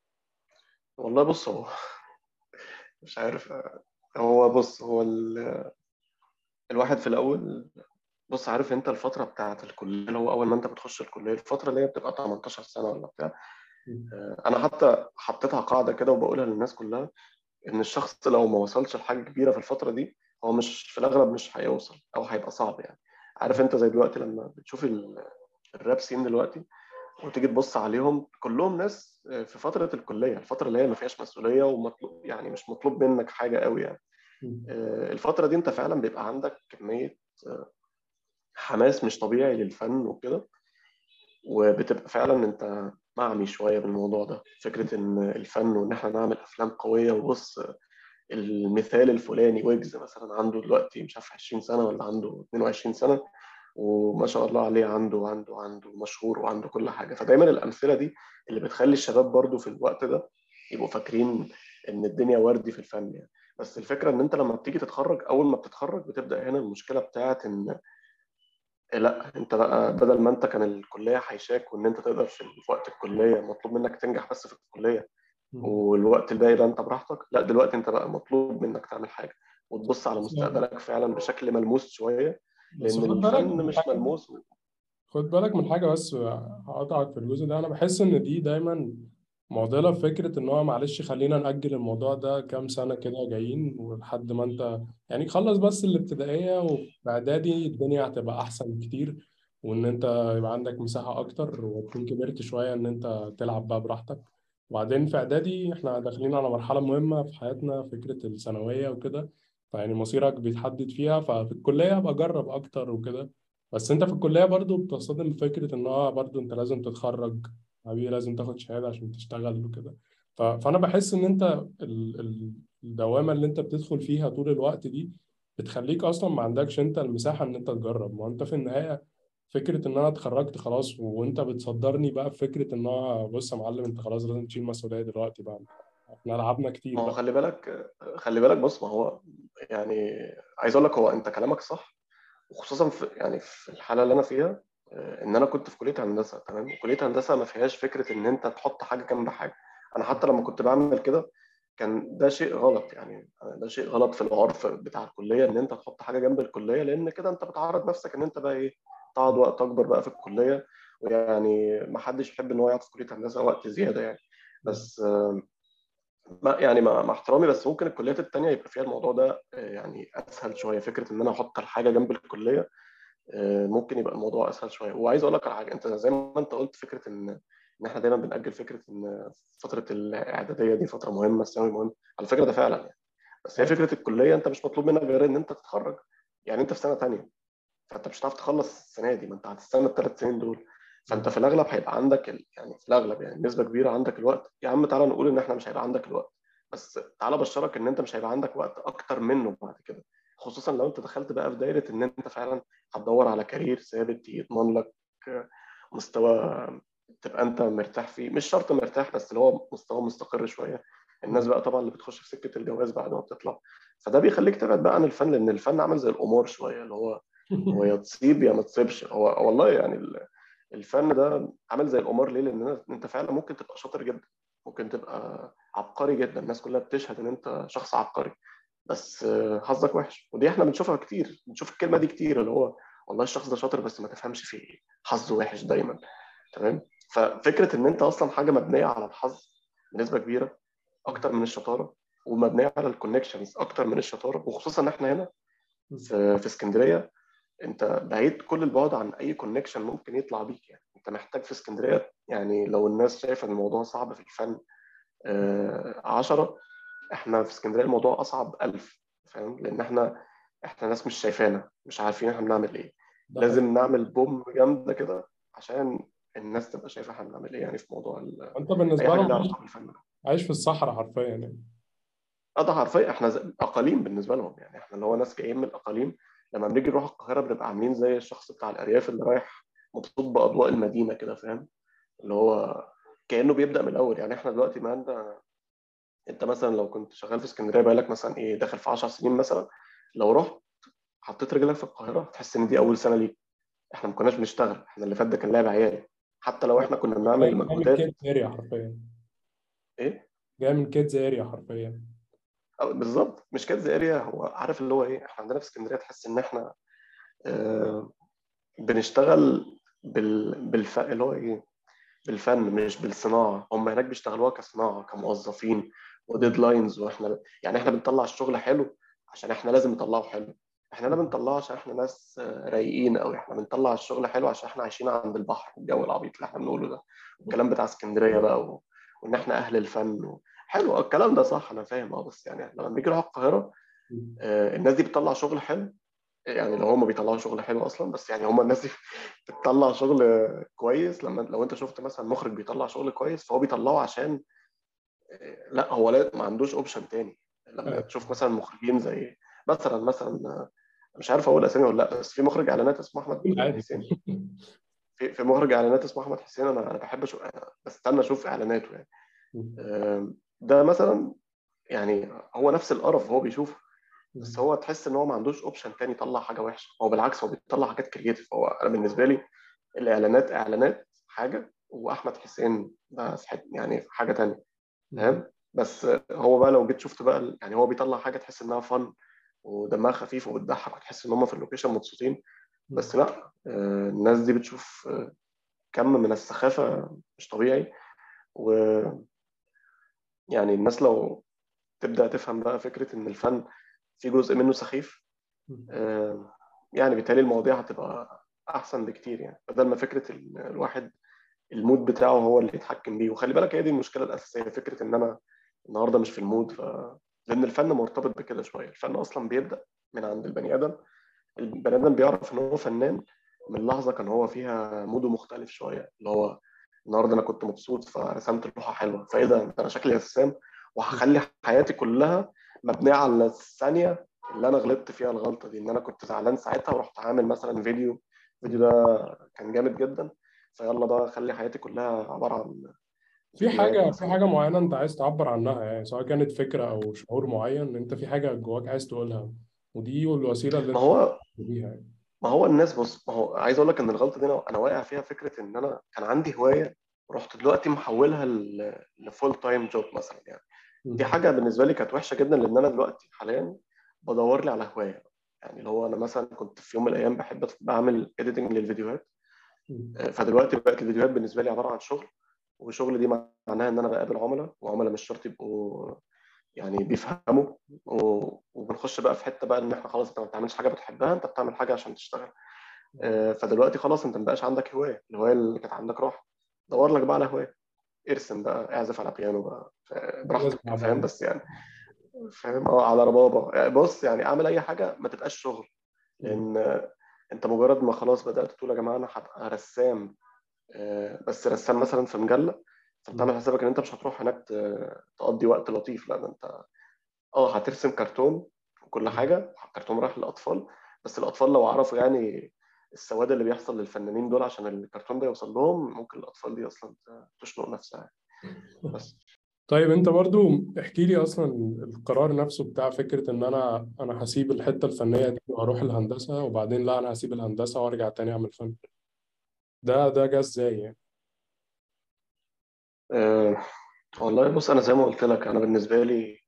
والله بص، هو مش عارف. هو بص، الواحد في الاول، بص عارف انت الفتره بتاعت الكليه اللي هو اول ما انت بتخش الكليه، الفتره اللي هي بتبقى 18 سنه ولا بتاع، انا حتى حطيتها قاعده كده وبقولها للناس كلها، ان الشخص لو ما وصلش لحاجه كبيره في الفتره دي هو مش في الاغلب مش هيوصل او هيبقى صعب يعني. عارف انت زي دلوقتي لما بتشوف الراب سين دلوقتي وتيجي تبص عليهم كلهم ناس في فتره الكليه، الفتره اللي هي ما فيهاش مسؤوليه ومطلوب يعني مش مطلوب منك حاجه قوي يعني. الفتره دي انت فعلا بيبقى عندك كميه حماس مش طبيعي للفن وكده، وبتبقى فعلا انت معمي شويه بالموضوع ده، فكره ان الفن وان احنا نعمل افلام قويه. وبص، المثال الفلاني ويجز مثلا عنده دلوقتي مش عارف 20 سنة ولا عنده 22 سنة، وما شاء الله عليه عنده مشهور وعنده كل حاجة. فدايما الأمثلة دي اللي بتخلي الشباب برضو في الوقت ده يبقوا فاكرين إن الدنيا وردي في الفن يعني. بس الفكرة إن أنت لما بتيجي تتخرج، أول ما بتتخرج بتبدأ هنا المشكلة بتاعت إن لا، أنت بقى بدل ما أنت كان الكلية حيشاك وإن أنت تقدر في وقت الكلية مطلوب منك تنجح بس في الكلية والوقت الباقي ده انت براحتك، لا دلوقتي انت بقى مطلوب منك تعمل حاجه وتبص على بس مستقبلك فعلا بشكل ملموس شويه، بس لان خد بالك الفن من مش حاجة، ملموس. خد بالك من حاجة بس هقطعك في الجزء ده. أنا بحس إن دي دايما معضلة في فكرة إن هو معلش خلينا نأجل الموضوع ده كام سنة كده جايين، ولحد ما أنت يعني خلص بس الابتدائية، وفي إعدادي الدنيا هتبقى أحسن كتير، وإن أنت يبقى عندك مساحة أكتر وتكون كبرت شوية إن أنت تلعب بقى براحتك. وبعدين في إعدادي إحنا داخلين على مرحلة مهمة في حياتنا، فكرة الثانوية وكده، فيعني مصيرك بيتحدد فيها. ففي الكلية أبقى أجرب أكتر وكده. بس انت في الكليه برضو بتصطدم بفكره ان هو برضو انت لازم تتخرج حبيبي، لازم تاخد شهاده عشان تشتغل وكده. فانا بحس ان انت الدوامه اللي انت بتدخل فيها طول الوقت دي بتخليك اصلا ما عندكش انت المساحه ان انت تجرب. ما هو انت في النهايه فكره ان انا اتخرجت خلاص، وانت بتصدرني بقى بفكره ان هو بص يا معلم انت خلاص لازم تشيل مسؤوليه دلوقتي بقى، احنا لعبنا كتير ما هو بقى. خلي بالك بص، ما هو يعني عايز اقول لك، هو انت كلامك صح، وخصوصا في يعني في الحاله اللي انا فيها. ان انا كنت في كليه هندسه، تمام، وكليه هندسه ما فيهاش فكره ان انت تحط حاجه جنب حاجه. انا حتى لما كنت بعمل كده كان ده شيء غلط، يعني ده شيء غلط في العرف بتاع الكليه ان انت تحط حاجه جنب الكليه، لان كده انت بتعرض نفسك ان انت بقى ايه، تقعد وقت اكبر بقى في الكليه. ويعني ما حدش يحب ان هو يقعد في كليه هندسه وقت زياده يعني. بس يعني مع احترامي، بس ممكن الكليات التانية يبقى فيها الموضوع ده يعني اسهل شويه، فكره ان انا احط الحاجه جنب الكليه ممكن يبقى الموضوع اسهل شويه. وعايز اقول لك على حاجه، انت زي ما انت قلت فكره ان احنا دايما بنأجل فكره ان فتره الاعداديه دي فتره مهمه، الثانوي مهم، على فكره ده فعلا يعني. بس هي أيوة. فكره الكليه انت مش مطلوب منك غير ان انت تتخرج. يعني انت في سنه تانية، فانت مش هتعرف تخلص السنه دي، ما انت هتستنى الثلاث سنين دول. فانت في الاغلب هيبقى عندك يعني في الاغلب يعني نسبه كبيره عندك الوقت. يا عم تعالى نقول ان احنا مش هيبقى عندك الوقت، بس تعالى بشرك ان انت مش هيبقى عندك وقت اكتر منه بعد كده. خصوصا لو انت دخلت بقى في دايره ان انت فعلا هتدور على كارير ثابت يضمن لك مستوى تبقى انت مرتاح فيه، مش شرط مرتاح بس اللي هو مستوى مستقر شويه. الناس بقى طبعا اللي بتخش في سكه الجواز بعد ما بتطلع، فده بيخليك تبعد بقى عن الفن، لان الفن عامل زي القمار شويه، اللي هو يا تصيب يا ما تصيبش. هو والله يعني الفن ده عامل زي القمار. ليه؟ لان انت فعلا ممكن تبقى شاطر جدا، ممكن تبقى عبقري جدا، الناس كلها بتشهد ان انت شخص عبقري، بس حظك وحش. ودي احنا بنشوفها كتير، بنشوف الكلمه دي كتير، اللي هو والله الشخص ده شاطر بس ما تفهمش فيه ايه، حظه وحش دايما. تمام. ففكره ان انت اصلا حاجه مبنيه على الحظ بنسبه كبيره اكتر من الشطاره، ومبنيه على الكونكشنز اكتر من الشطاره، وخصوصا ان احنا هنا في اسكندريه، انت بعيد كل البعد عن اي كونكشن ممكن يطلع بيك. يعني انت محتاج في اسكندريه، يعني لو الناس شايفه ان الموضوع صعب في الفن 10، احنا في اسكندريه الموضوع اصعب 1000. فاهم؟ لان احنا ناس مش شايفانا، مش عارفين احنا بنعمل ايه. ده حقيقي. لازم نعمل بوم جامده كده عشان الناس تبقى شايفه احنا بنعمل ايه، يعني في موضوع انت اي بالنسبه حاجه لهم لها عايش، علاقه بالفن. عايش في الصحراء حرفيا يعني. ده حرفيا احنا اقاليم بالنسبه لهم، يعني احنا اللي هو ناس جايين من الاقاليم. لما بنيجي نروح القاهره بنبقى عاملين زي الشخص بتاع الارياف اللي رايح مبسوط باضواء المدينه كده، فاهم؟ اللي هو كانه بيبدا من الاول. يعني احنا دلوقتي ما انت مثلا لو كنت شغال في اسكندريه بقالك مثلا ايه داخل في 10 سنين مثلا، لو رحت حطيت رجلك في القاهره تحس ان دي اول سنه ليك. احنا ما كناش بنشتغل، احنا اللي فات ده كان لعب عيال، حتى لو احنا كنا بنعمل جاي من مجهودات. كيدز اريا حرفيا. ايه؟ جاي من كيدز اريا حرفيا. بالظبط، مش كانت زي اريا. هو عارف اللي هو ايه، احنا عندنا في اسكندريه تحس ان احنا آه بنشتغل اللي هو ايه، بالفن مش بالصناعه. هم هناك بيشتغلوها كصناعه كموظفين وديدلاينز، واحنا يعني احنا بنطلع الشغل حلو عشان احنا لازم نطلعه حلو. احنا لا بنطلعه عشان احنا ناس رايقين، او احنا بنطلع الشغل حلو عشان احنا عايشين عند البحر، الجو العبيط اللي احنا بنقوله ده، والكلام بتاع اسكندريه بقى وان احنا اهل الفن حلو الكلام ده صح، انا فاهم. بس يعني لما بنيجي نروح القاهره الناس دي بتطلع شغل حلو. يعني لو هم بيطلعوا شغل حلو اصلا، بس يعني هم الناس دي بتطلع شغل كويس. لو انت شفت مثلا مخرج بيطلع شغل كويس فهو بيطلعه عشان لا هو لا ما عندوش اوبشن تاني. لما تشوف مثلا مخرجين زي مثلا مش عارف اقول اسامي ولا لا، بس في مخرج اعلانات اسمه احمد عادي. حسين. في مخرج اعلانات اسمه احمد حسين، انا بحب أنا بستنى اشوف اعلاناته يعني. ده مثلا يعني هو نفس القرف هو بيشوفه، بس هو تحس ان هو ما عندوش اوبشن تاني يطلع حاجه وحشه. هو بالعكس هو بيطلع حاجات كرييتيف. هو انا بالنسبه لي الاعلانات اعلانات حاجه، واحمد حسين ده في يعني في حاجه تانيه. فاهم؟ بس هو بقى لو جيت شفت بقى يعني هو بيطلع حاجه تحس انها فن ودمها خفيف وبتضحك وتحس ان هم في اللوكيشن مبسوطين. بس لا الناس دي بتشوف كم من السخافه مش طبيعي. ويعني الناس لو تبدا تفهم بقى فكره ان الفن في جزء منه سخيف يعني بالتالي المواضيع هتبقى احسن بكتير. يعني بدل ما فكره الواحد المود بتاعه هو اللي يتحكم بيه. وخلي بالك هي دي المشكله الاساسيه، فكره ان انا النهارده مش في المود. لان الفن مرتبط بكده شويه. الفن اصلا بيبدا من عند البني ادم. البني ادم بيعرف ان هو فنان من لحظه كان هو فيها موده مختلف شويه، اللي هو النهارده انا كنت مبسوط فرسمت لوحه حلوه، فايه ده انا شكلي رسام وهخلي حياتي كلها مبنيه على الثانيه اللي انا غلطت فيها الغلطه دي، ان انا كنت زعلان ساعتها ورحت عامل مثلا فيديو ده كان جامد جدا، فيلا بقى خلي حياتي كلها عباره عن في فيديوهات حاجة في مثلا. حاجة معينة أنت عايز تعبر عنها، يعني سواء كانت فكرة أو شعور معين، أنت في حاجة جواك عايز تقولها، ودي الوسيلة اللي ما أنت هو بيها يعني. ما هو الناس، بص، ما هو عايز اقول لك ان الغلطه دي انا واقع فيها، فكره ان انا كان عندي هوايه ورحت دلوقتي محولها لفول تايم جوب مثلا يعني. دي مم. حاجه بالنسبه لي كانت وحشه جدا، لان انا دلوقتي حاليا بدور لي على هوايه. يعني اللي هو انا مثلا كنت في يوم من الايام بحب بعمل اديتنج للفيديوهات، مم. فدلوقتي بقت الفيديوهات بالنسبه لي عباره عن شغل. والشغل دي معناها ان انا بقابل عملاء، وعملاء مش شرط يبقوا يعني بيفهموا، وبنخش بقى في حته بقى ان احنا خلاص انت ما بتعملش حاجه بتحبها، انت بتعمل حاجه عشان تشتغل. فدلوقتي خلاص انت ما بقاش عندك هوايه، الهوايه اللي كانت عندك راحه، دور لك بقى على هوايه، ارسم بقى، اعزف على بيانو بقى، لازم براحتك، فاهم؟ أبقى. بس يعني فاهم، على ربابه يعني. بص يعني اعمل اي حاجه ما تبقاش شغل، مم. لان انت مجرد ما خلاص بدات تقول يا جماعه انا هبقى رسام، بس رسام مثلا في مجله، فانت مم. عامل حسابك ان انت مش هتروح هناك تقضي وقت لطيف، لا ده انت هترسم كرتون وكل حاجه، كرتون رايح للاطفال، بس الاطفال لو عرفوا يعني السواد اللي بيحصل للفنانين دول عشان الكرتون ده يوصل لهم، ممكن الاطفال دي اصلا تشنق نفسها يعني. بس طيب انت برضو احكي لي اصلا القرار نفسه بتاع فكرة ان انا هسيب الحتة الفنية دي واروح الهندسة، وبعدين لا انا هسيب الهندسة وارجع تاني اعمل فن. ده جه ازاي يعني؟ أه والله بص، انا زي ما قلت لك، انا بالنسبه لي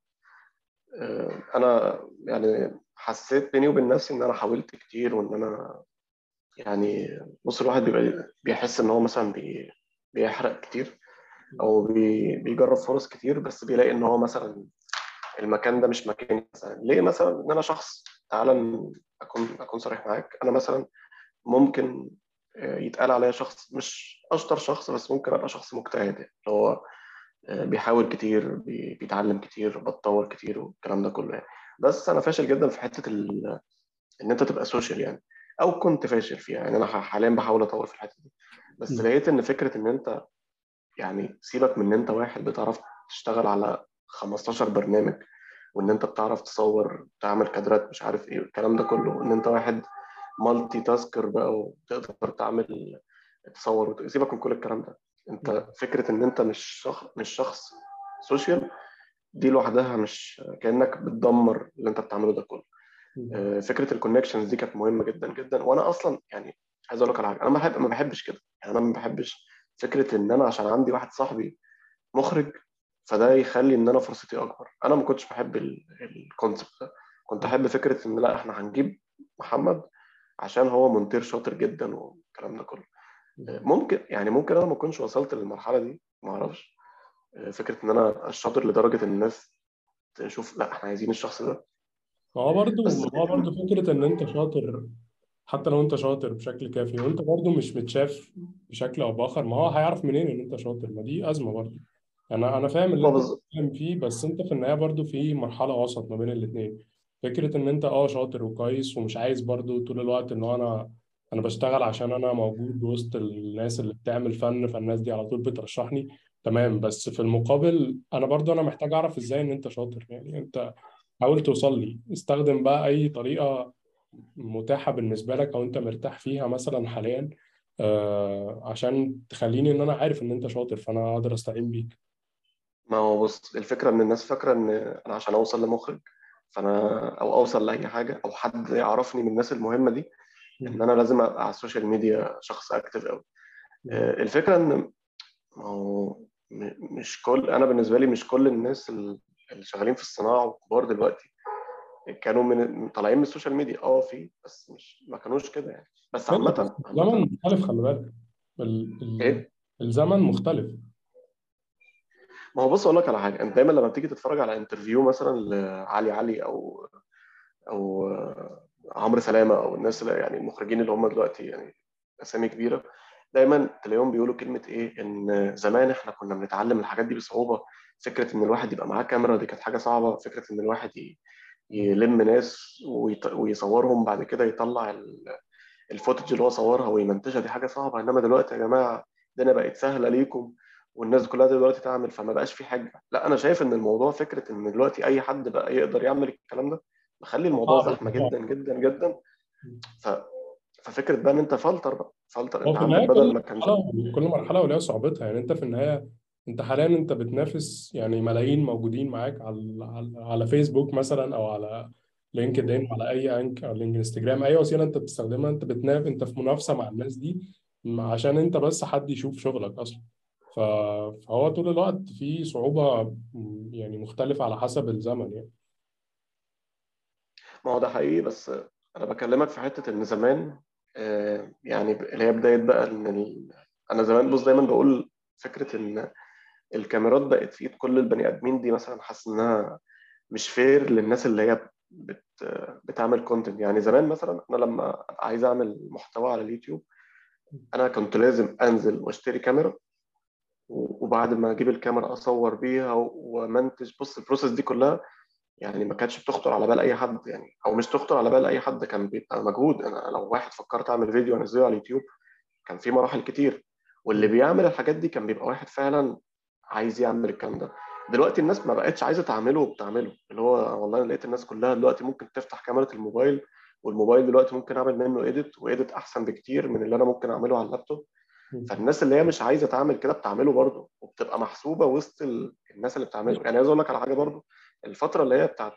انا يعني حسيت بيني وبين نفسي ان انا حاولت كتير، وان انا يعني، بص الواحد بيبقى بيحس ان هو مثلا بيحرق كتير، او بيجرب فرص كتير، بس بيلاقي ان هو مثلا المكان ده مش مكاني. مثلا ليه؟ مثلا ان انا شخص، تعالى اكون صريح معاك، انا مثلا ممكن يتقال عليا شخص مش اشطر شخص، بس ممكن ابقى شخص مجتهد يعني، اللي هو بيحاول كتير، بيتعلم كتير، بتطور كتير والكلام ده كله يعني. بس انا فاشل جدا في حته ان انت تبقى سوشيال يعني، او كنت فاشل فيها يعني. انا حاليا بحاول اطور في الحته دي، بس مم. لقيت ان فكره ان انت يعني، سيبك من ان انت واحد بتعرف تشتغل على 15 برنامج، وان انت بتعرف تصور، تعمل كادرات، مش عارف ايه الكلام ده كله، ان انت واحد مالتي تاسكر بقى، وتقدر تعمل تصور سيبك من كل الكلام ده. انت فكرة ان انت مش شخص سوشيال، دي لوحدها مش كأنك بتدمر اللي انت بتعمله ده كله. مم. فكرة الكونكشنز دي كانت مهمة جدا جدا، وانا اصلا يعني عايز اقول لك على حاجة، انا ما بحبش كده يعني. انا ما بحبش فكرة ان انا عشان عندي واحد صاحبي مخرج، فده يخلي ان انا فرصتي اكبر. انا ما كنتش بحب الكونسبت ده، كنت احب فكره ان لا، احنا هنجيب محمد عشان هو مونتير شاطر جدا والكلام ده كله. مم. ممكن انا ما كنتش وصلت للمرحله دي، ما اعرفش. فكره ان انا أبقى شاطر لدرجه ان الناس تشوف لا احنا عايزين الشخص ده. ما بس هو لقيت برضو فكرة ان انت شاطر، حتى لو انت شاطر بشكل كافي وانت برضو مش متشاف بشكل او باخر، ما هو هيعرف منين ان انت شاطر؟ ما دي ازمة برضو. انا فاهم اللي ما انت بز... بتتكلم فيه، بس انت في النهايه برضو في مرحله وسط ما بين الاثنين. فكره ان انت شاطر وكويس ومش عايز برضو طول الوقت ان هو انا بشتغل عشان انا موجود وسط الناس اللي بتعمل فن، فالناس دي على طول بترشحني. تمام، بس في المقابل انا برضو انا محتاج اعرف ازاي ان انت شاطر. يعني انت حاول توصل لي، استخدم بقى اي طريقه متاحه بالنسبه لك او انت مرتاح فيها مثلا حاليا، عشان تخليني ان انا عارف ان انت شاطر فانا اقدر استعين بيك. ما هو بص، الفكره ان الناس فاكره ان انا عشان اوصل لمخرج، فانا او اوصل لاي حاجه، او حد يعرفني من الناس المهمه دي، ان انا لازم ابقى على السوشيال ميديا شخص اكتف قوي. الفكره ان ما هو مش كل، انا بالنسبه لي مش كل الناس اللي شغالين في الصناعه والكبار دلوقتي كانوا طالعين من السوشيال ميديا. في، بس مش ما كانوش كده يعني. بس ماشي، بس عامه الزمن عامه مختلف، خلي بالك. ال ال ايه. الزمن مختلف. ما هو بص اقول لك على حاجه، انت دايما لما بتيجي تتفرج على انترفيو مثلا لعلي علي، او عمرو سلامه، او الناس اللي يعني المخرجين اللي هم دلوقتي يعني اسامي كبيره، دايما تلاقيهم بيقولوا كلمه ايه، ان زمان احنا كنا بنتعلم الحاجات دي بصعوبه. فكره ان الواحد يبقى معاه كاميرا دي كانت حاجه صعبه، فكره ان الواحد يلم ناس ويصورهم، بعد كده يطلع الفوتج اللي هو صورها ويمنتجها، دي حاجه صعبه. انما دلوقتي يا جماعه الدنيا بقت سهله ليكم، والناس كلها دلوقتي تعمل، فما بقاش في حاجه. لا، انا شايف ان الموضوع فكره ان دلوقتي اي حد بقى يقدر يعمل الكلام ده، مخلي الموضوع صعب زحمه الموضوع. جدا جدا جدا. ف... ففكره بقى ان انت فلتر بقى، فلتر هو انت في عندك النهايه بدل ما كان كل مرحله وليها صعوبتها. يعني انت في النهايه انت حاليا انت بتنافس يعني ملايين موجودين معاك على فيسبوك مثلا، او على لينكد ان، على اي انك او انستجرام، اي وسيله انت بتستخدمها، انت انت في منافسه مع الناس دي عشان انت بس حد يشوف شغلك اصلا. ف- فهو طول الوقت في صعوبه يعني مختلفه على حسب الزمن يعني. ما هو ده حقيقي. بس انا بكلمك في حته ان زمان يعني اللي هي بدايه بقى انا زمان بص دايما بقول فكره ان الكاميرات بقت في ايد كل البني ادمين دي مثلا، حاسس انها مش فير للناس اللي هي بتعمل كونتنت. يعني زمان مثلا انا لما أبقى عايز اعمل محتوى على اليوتيوب، انا كنت لازم انزل واشتري كاميرا، وبعد ما اجيب الكاميرا اصور بيها ومنتج. بص البروسيس دي كلها يعني ما كانتش بتخطر على بال اي حد، يعني او مش تخطر على بال اي حد، كان بيبقى مجهود. انا لو واحد فكرت اعمل فيديو انزله على اليوتيوب كان في مراحل كتير، واللي بيعمل الحاجات دي كان بيبقى واحد فعلا عايز يعمل الكلام ده. دلوقتي الناس ما بقتش عايزه تعمله وبتعمله، اللي هو والله انا لقيت الناس كلها دلوقتي ممكن تفتح كاميرا الموبايل، والموبايل دلوقتي ممكن اعمل منه ايديت، وايديت احسن بكتير من اللي انا ممكن اعمله على اللابتوب. فالناس اللي هي مش عايزه تعمل كده بتعمله برضه، وبتبقى محسوبه وسط الناس اللي بتعمله. يعني عايز اقول لك على حاجه برضه، الفتره اللي هي بتاعت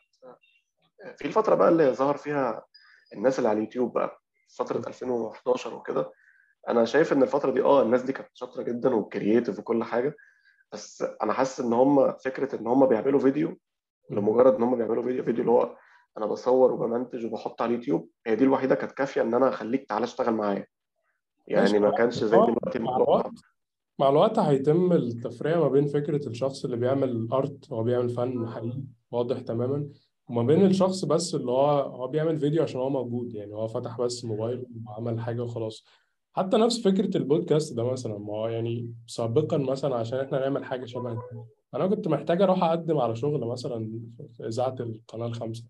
في الفتره بقى اللي ظهر فيها الناس اللي على اليوتيوب بقى، فتره 2011 وكده، انا شايف ان الفتره دي الناس دي كانت شاطره جدا وكرييتيف وكل حاجه. بس انا حاسس ان هم فكره ان هم بيعملوا فيديو لمجرد ان هم بيعملوا فيديو اللي هو انا بصور وبمنتج وبحط على اليوتيوب، هي دي الوحيده كانت كافيه ان انا اخليك تعالى اشتغل معايا. ماشي. يعني ما كانش زي هو دلوقتي مع الموضوع الوقت، صعب. مع الوقت هيتم التفرقة ما بين فكرة الشخص اللي بيعمل ارت، هو بيعمل فن حقيقي واضح تماما، وما بين الشخص بس اللي هو بيعمل فيديو عشان هو موجود، يعني هو فتح بس موبايل وعمل حاجة وخلاص. حتى نفس فكرة البودكاست ده مثلا، ما هو يعني سابقا مثلا عشان احنا نعمل حاجة شبه دي انا كنت محتاج اروح اقدم على شغل مثلا في اذاعة القناة الخامسة،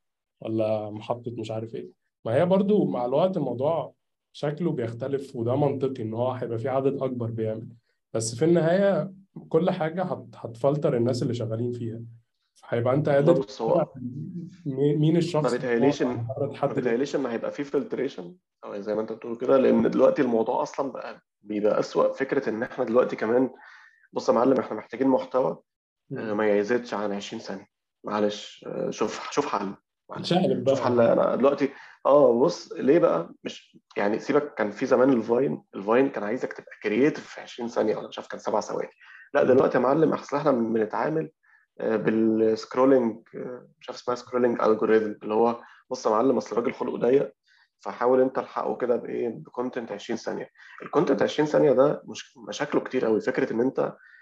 ولا محطة مش عارف ايه. ما هي برضو مع الوقت الموضوع شكله بيختلف، وده منطقي ان هو هيبقى في عدد اكبر بيعمل، بس في النهاية كل حاجة هتفلتر الناس اللي شغالين فيها. هيبقى انت والله قادر بص تتابع هو مين ما الشخص اللي هو بيتهيأليش ان مجرد ما حد بيتهيأليش ان هيبقى فيه فلتريشن، او زي ما انت بتقول كده، لان دلوقتي الموضوع اصلا بقى بيبقى اسوأ. فكره ان احنا دلوقتي كمان، بص يا معلم، احنا محتاجين محتوى ما يزيدش عن 20 ثانيه. معلش شوف حل. معلش بتشقلب شوف بقى. حل. انا دلوقتي بص ليه بقى مش يعني سيبك، كان في زمان الفاين كان عايزك تبقى كرييتيف في 20 ثانيه، ولا مش عارف كان 7 ثواني. لا دلوقتي يا معلم اصل احنا بنتعامل بالسكرولينج، مش عارف اسمها سكرولينج الجوريزم، اللي هو بص يا معلم اصل الراجل خلقه ضيق، فحاول انت الحقه كده بايه، بكونتنت 20 ثانيه. الكونتنت 20 ثانيه ده مش مشاكله كتير قوي. فكره ان انت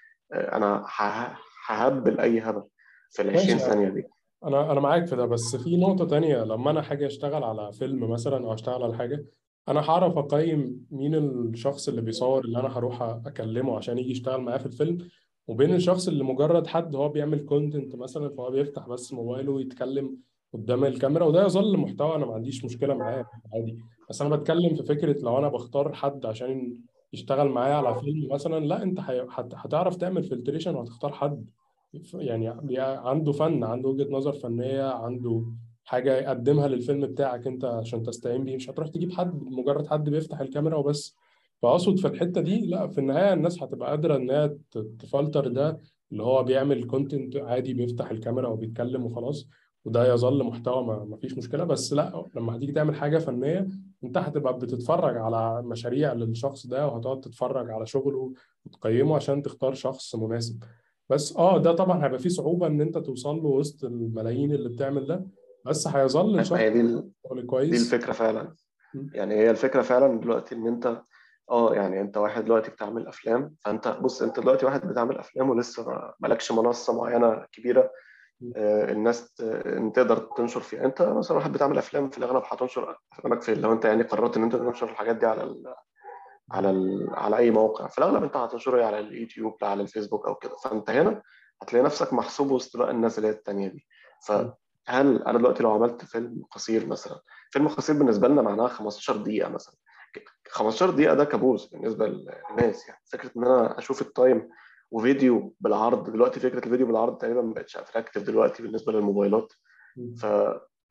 انا ههبل اي هبل في ال 20 ماشي. ثانيه دي. انا معاك في ده، بس في نقطة تانية. لما انا حاجة اشتغل على فيلم مثلا او اشتغل على حاجة، انا هعرف اقيم مين الشخص اللي بيصور اللي انا هروح اكلمه عشان يجي يشتغل معايا في الفيلم، وبين الشخص اللي مجرد حد هو بيعمل كونتنت مثلا، فهو بيفتح بس موبايله ويتكلم قدام الكاميرا، وده يظل محتوى انا ما عنديش مشكلة معاه عادي. بس انا بتكلم في فكرة لو انا بختار حد عشان يشتغل معايا على فيلم مثلا، لا انت هتعرف تعمل فلتريشن وهتختار حد يعني عنده فن، عنده وجهة نظر فنية، عنده حاجة يقدمها للفيلم بتاعك انت عشان تستعين بيه. مش هتروح تجيب حد مجرد حد بيفتح الكاميرا وبس. فأقصد في الحتة دي لا، في النهاية الناس هتبقى قادرة ان هي تفلتر ده، اللي هو بيعمل كونتنت عادي بيفتح الكاميرا وبيتكلم وخلاص، وده يظل محتوى ما فيش مشكلة. بس لا، لما هتيجي تعمل حاجة فنية انت هتبقى بتتفرج على مشاريع للشخص ده، وهتقعد تتفرج على شغله وتقيمه عشان تختار شخص مناسب. بس ده طبعا هيبقى فيه صعوبة ان انت توصل له وسط الملايين اللي بتعمل ده، بس هيظل ما الشخص هي شغل دي كويس. الفكره فعلا. م. يعني هي الفكره فعلا دلوقتي ان انت يعني انت واحد دلوقتي بتعمل افلام، فانت بص انت دلوقتي واحد بتعمل افلام ولسه مالكش منصه معينه كبيره م. الناس ان تقدر تنشر فيها. انت مثلا واحد بتعمل افلام، في الاغلب هتنشر افلامك في، لو انت يعني قررت ان انت تنشر الحاجات دي على اي موقع، في الاغلب انت هتنشره على اليوتيوب، لا على الفيسبوك او كده. فانت هنا هتلاقي نفسك محسوب وسط بقى الناس اللي هي التانية دي. م. فهل انا دلوقتي لو عملت فيلم قصير مثلا، فيلم قصير بالنسبه لنا معناها 15 دقيقه مثلا، 15 دقيقه ده كابوس بالنسبه للناس. يعني فكره ان انا اشوف التايم وفيديو بالعرض، دلوقتي فكره الفيديو بالعرض تقريبا ما بقتش اتراكتيف دلوقتي بالنسبه للموبايلات. م. ف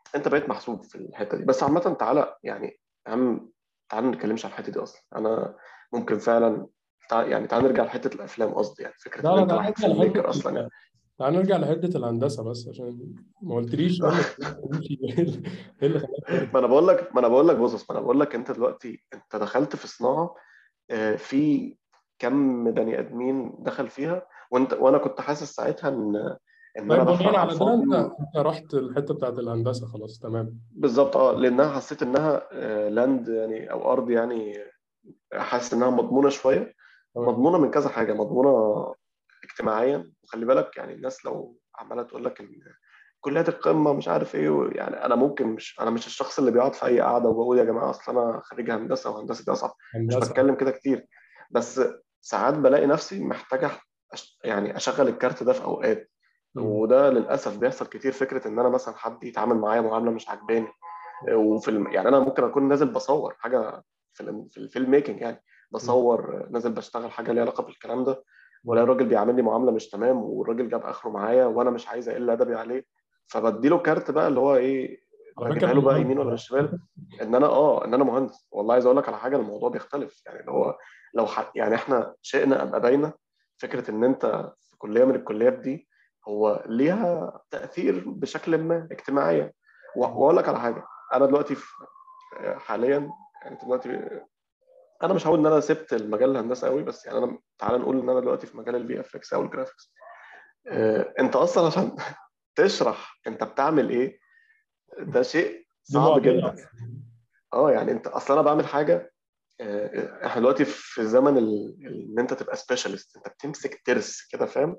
انت بقيت محسوب في الحته دي. بس عامه تعالى يعني اهم، تعالى ما نتكلمش عن الحته دي اصلا. انا ممكن فعلا يعني تعالى نرجع لحته الافلام، قصدي يعني فكره لا ان لا، انت تعال واحد نرجع فيلم لحته ميكر اصلا يعني. تعال نرجع لحته الهندسه بس، عشان ما قلتليش ايه اللي خلاك تمشي ايه اللي خلاك ترجع. ما انا بقول لك بص، ما انا بقول لك انت دلوقتي انت دخلت في صناعه في كم بني ادمين دخل فيها، وانا كنت حاسس ساعتها ان انا طيب بحرق بناء على على ده الفاضي انت رحت الحته بتاعت الهندسه، خلاص تمام. بالظبط اه، لانها حسيت انها لاند يعني او ارض يعني، حاسس انها مضمونه شويه. تمام. مضمونه من كذا حاجه، مضمونه اجتماعيا. وخلي بالك يعني الناس لو عماله تقول لك ان كليات القمه مش عارف ايه، يعني انا ممكن مش، انا مش الشخص اللي بيقعد في اي قعده وبقول يا جماعه اصل انا خريج هندسه وهندسه دي اصعب. مش هندسه. بتكلم كده كتير، بس ساعات بلاقي نفسي محتاج يعني اشغل الكارت ده في اوقات. مم. وده للاسف بيحصل كتير، فكره ان انا مثلا حد يتعامل معايا معامله مش عجباني. يعني انا ممكن اكون نازل بصور حاجه في الفيلم ميكنج يعني، مم. بصور نازل بشتغل حاجه ليها علاقه بالكلام ده، ولا مم. الراجل بيعاملني معامله مش تمام، والراجل جاب اخره معايا وانا مش عايز اقل ادبي عليه. فبديله كارت بقى اللي هو ايه، على فكره بجيبها انا له بقى مهندس يمين ولا بقى. بالشمال، ان انا مهندس. والله عايز اقول لك على حاجه، الموضوع بيختلف يعني. اللي هو لو يعني احنا شئنا ام ابينا، فكره ان انت في كليه من الكليات دي هو ليها تاثير بشكل ما اجتماعيا. مم. واقول لك على حاجه، انا دلوقتي حاليا يعني دلوقتي انا مش هقول ان انا سبت المجال الهندسه قوي، بس يعني انا تعال نقول ان انا دلوقتي في مجال الفي اف اكس او الجرافيكس. مم. انت اصلا عشان تشرح انت بتعمل ايه، ده شيء دي صعب معضله جدا اصلا. يعني. اه يعني انت اصلا انا بعمل حاجه، احنا دلوقتي في زمن ان انت تبقى سبيشالست، انت بتمسك ترس كده فاهم،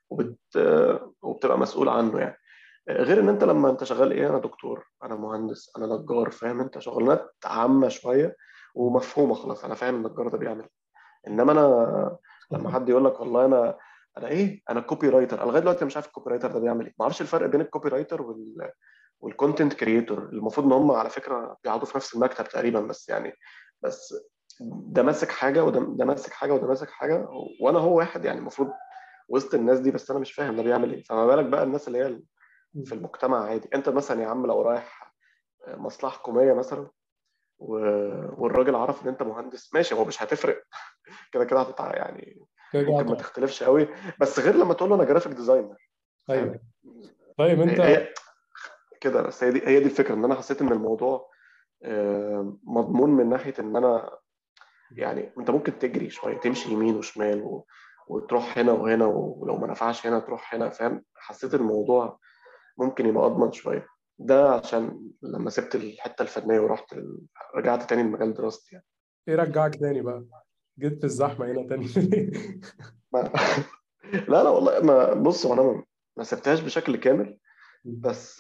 وبتبقى مسؤول عنه يعني. غير ان انت لما انت شغال ايه، انا دكتور، انا مهندس، انا نجار، فاهم انت شغلانات عامه شويه ومفهومه خلاص، انا فاهم النجار ده بيعمل إيه. انما انا لما حد يقول لك والله انا ايه، انا كوبي رايتر، انا لغايه دلوقتي مش عارف الكوبي رايتر ده بيعمل ايه، ما اعرفش الفرق بين الكوبي رايتر والكونتنت كريتور. المفروض ان هم على فكره بيقعدوا في نفس المكتب تقريبا، بس يعني بس ده ماسك حاجه وده ماسك حاجه وده ماسك حاجه، وانا هو واحد يعني المفروض وسط الناس دي، بس انا مش فاهم ده بيعمل ايه. فما بالك بقى الناس اللي هي في مم. المجتمع عادي. انت مثلا يا عم لو رايح مصلحه حكوميه مثلا والراجل عرف ان انت مهندس، ماشي هو مش هتفرق كده كده يعني كده كده ممكن ما هتقع. تختلفش قوي. بس غير لما تقول له انا جرافيك ديزاينر، فاهم. ايوه. طيب هي انت. هي كده، بس هي دي الفكره، ان انا حسيت ان الموضوع مضمون من ناحيه ان انا يعني انت ممكن تجري شويه، تمشي يمين وشمال وتروح هنا وهنا، ولو ما نفعش هنا تروح هنا، فاهم. حسيت الموضوع ممكن يبقى اضمن شويه. ده عشان لما سبت الحته الفنيه ورحت رجعت تاني لمجال دراستي يعني. ايه رجعك تاني بقى؟ جيت في الزحمه هنا تاني. ما... لا لا والله، ما بص، هو انا ما سبتهاش بشكل كامل، بس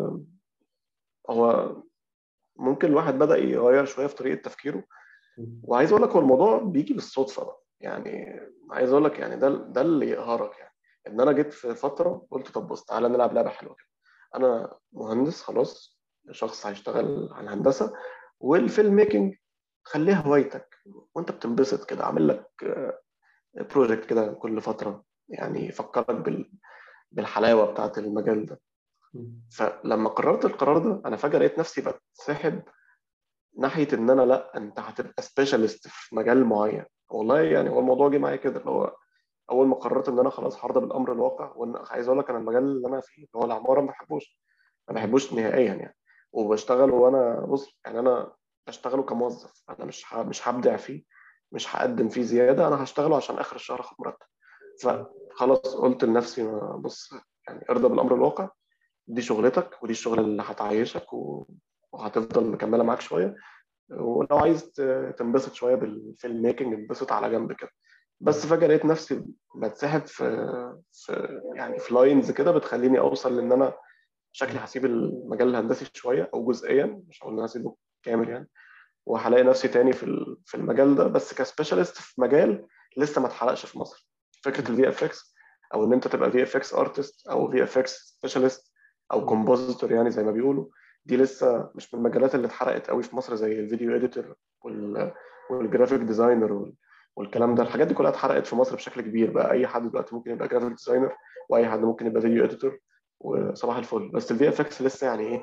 هو ممكن الواحد بدأ يغير شويه في طريقه تفكيره. وعايز اقول لك هو الموضوع بيجي بالصدفه بقى يعني. عايز اقول لك يعني ده اللي يقهرك يعني، ان انا جيت في فتره قلت طب بص تعالى نلعب لعبه حلوه كده. انا مهندس خلاص، شخص هيشتغل على الهندسه، والفيلم ميكنج خليها هوايتك وانت بتنبسط كده. اعمل لك بروجكت كده كل فتره يعني يفكرك بالحلاوه بتاعت المجال ده. فلما قررت القرار ده انا فجاه لقيت نفسي بتسحب ناحيه ان انا لا، انت هتبقى سبيشالست في مجال معين. والله يعني هو الموضوع جه معايا كده، اللي هو اول ما قررت ان انا خلاص هرضى بالامر الواقع. وان عايز اقول لك انا المجال اللي انا فيه اللي هو العماره ما بحبوش نهائيا يعني. وبشتغل وانا بص يعني انا بشتغله كموظف، انا مش هبدع فيه، مش هقدم فيه زياده، انا هشتغله عشان اخر الشهر اخد مرتب. فخلاص قلت لنفسي بص، يعني ارضى بالامر الواقع، دي شغلتك ودي الشغل اللي هتعيشك وهتفضل مكمله معاك شويه. ولو عايز تنبسط شويه بالفيلم ميكنج انبسط على جنب كده. بس فجاه لقيت نفسي بتسحب يعني في لاينز كده بتخليني اوصل لان انا شكلي هسيب المجال الهندسي شويه او جزئيا، مش هقول ان انا هسيبه كامل يعني. وهلاقي نفسي تاني في المجال ده، بس كسبيشالست في مجال لسه ما اتحرقش في مصر. فكره الفي اف اكس، او ان انت تبقى في اف اكس ارتست او في اف اكس سبيشالست او كومبوزيتور يعني زي ما بيقولوا، دي لسه مش من المجالات اللي اتحرقت قوي في مصر زي الفيديو اديتور والجرافيك ديزاينر والكلام ده. الحاجات دي كلها اتحرقت في مصر بشكل كبير بقى. اي حد دلوقتي ممكن يبقى جرافيك ديزاينر، واي حد ممكن يبقى فيديو اديتور وصباح الفل. بس الفي اف اكس لسه يعني ايه،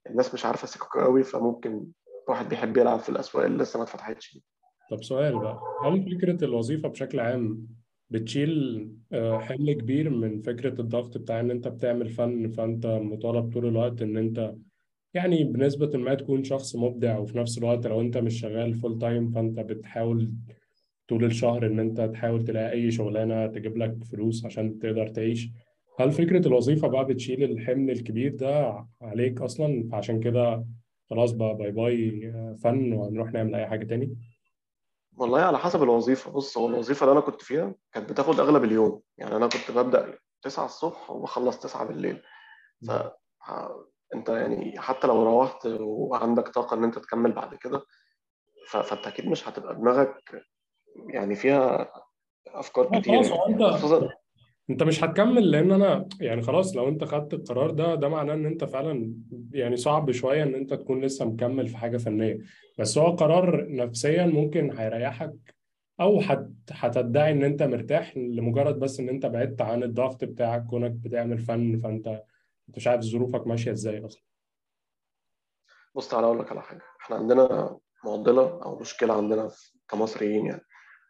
الناس مش عارفه سككه قوي، فممكن واحد بيحب يلعب في الاسواق اللي لسه ما اتفتحتش دي. طب سؤال بقى، هل فكرة الوظيفة بشكل عام بتشيل حمل كبير من فكرة الضغط بتاع إن أنت بتعمل فن، فأنت مطالب طول الوقت إن أنت يعني بنسبة ما تكون شخص مبدع، وفي نفس الوقت لو أنت مش شغال فول تايم فأنت بتحاول طول الشهر إن أنت تحاول تلاقي أي شغلانة تجيب لك فلوس عشان تقدر تعيش؟ هل فكرة الوظيفة بقى بتشيل الحمل الكبير ده عليك أصلا، فعشان كده خلاص بقى باي باي فن وهنروح نعمل أي حاجة تاني؟ والله على حسب الوظيفه. بص، هو الوظيفه اللي انا كنت فيها كانت بتاخد اغلب اليوم، يعني انا كنت ببدا 9 الصبح وبخلص 9 بالليل. ف انت يعني حتى لو روحت وعندك طاقه ان انت تكمل بعد كده، فانت اكيد مش هتبقى دماغك يعني فيها افكار لا كتيره خلاص، هو يعني انت خصوصا. مش هتكمل، لان انا يعني خلاص لو انت خدت القرار ده، ده معناه ان انت فعلا يعني صعب شويه ان انت تكون لسه مكمل في حاجه فنيه. بس هو قرار نفسيا ممكن هيريحك، او هتدعي ان انت مرتاح لمجرد بس ان انت بعدت عن الضغط بتاعك كونك بتعمل فن، فانت انت مش عارف ظروفك ماشيه ازاي اصلا. بص تعالى اقول لك على حاجه. احنا عندنا معضله او مشكله عندنا كمصريين يعني.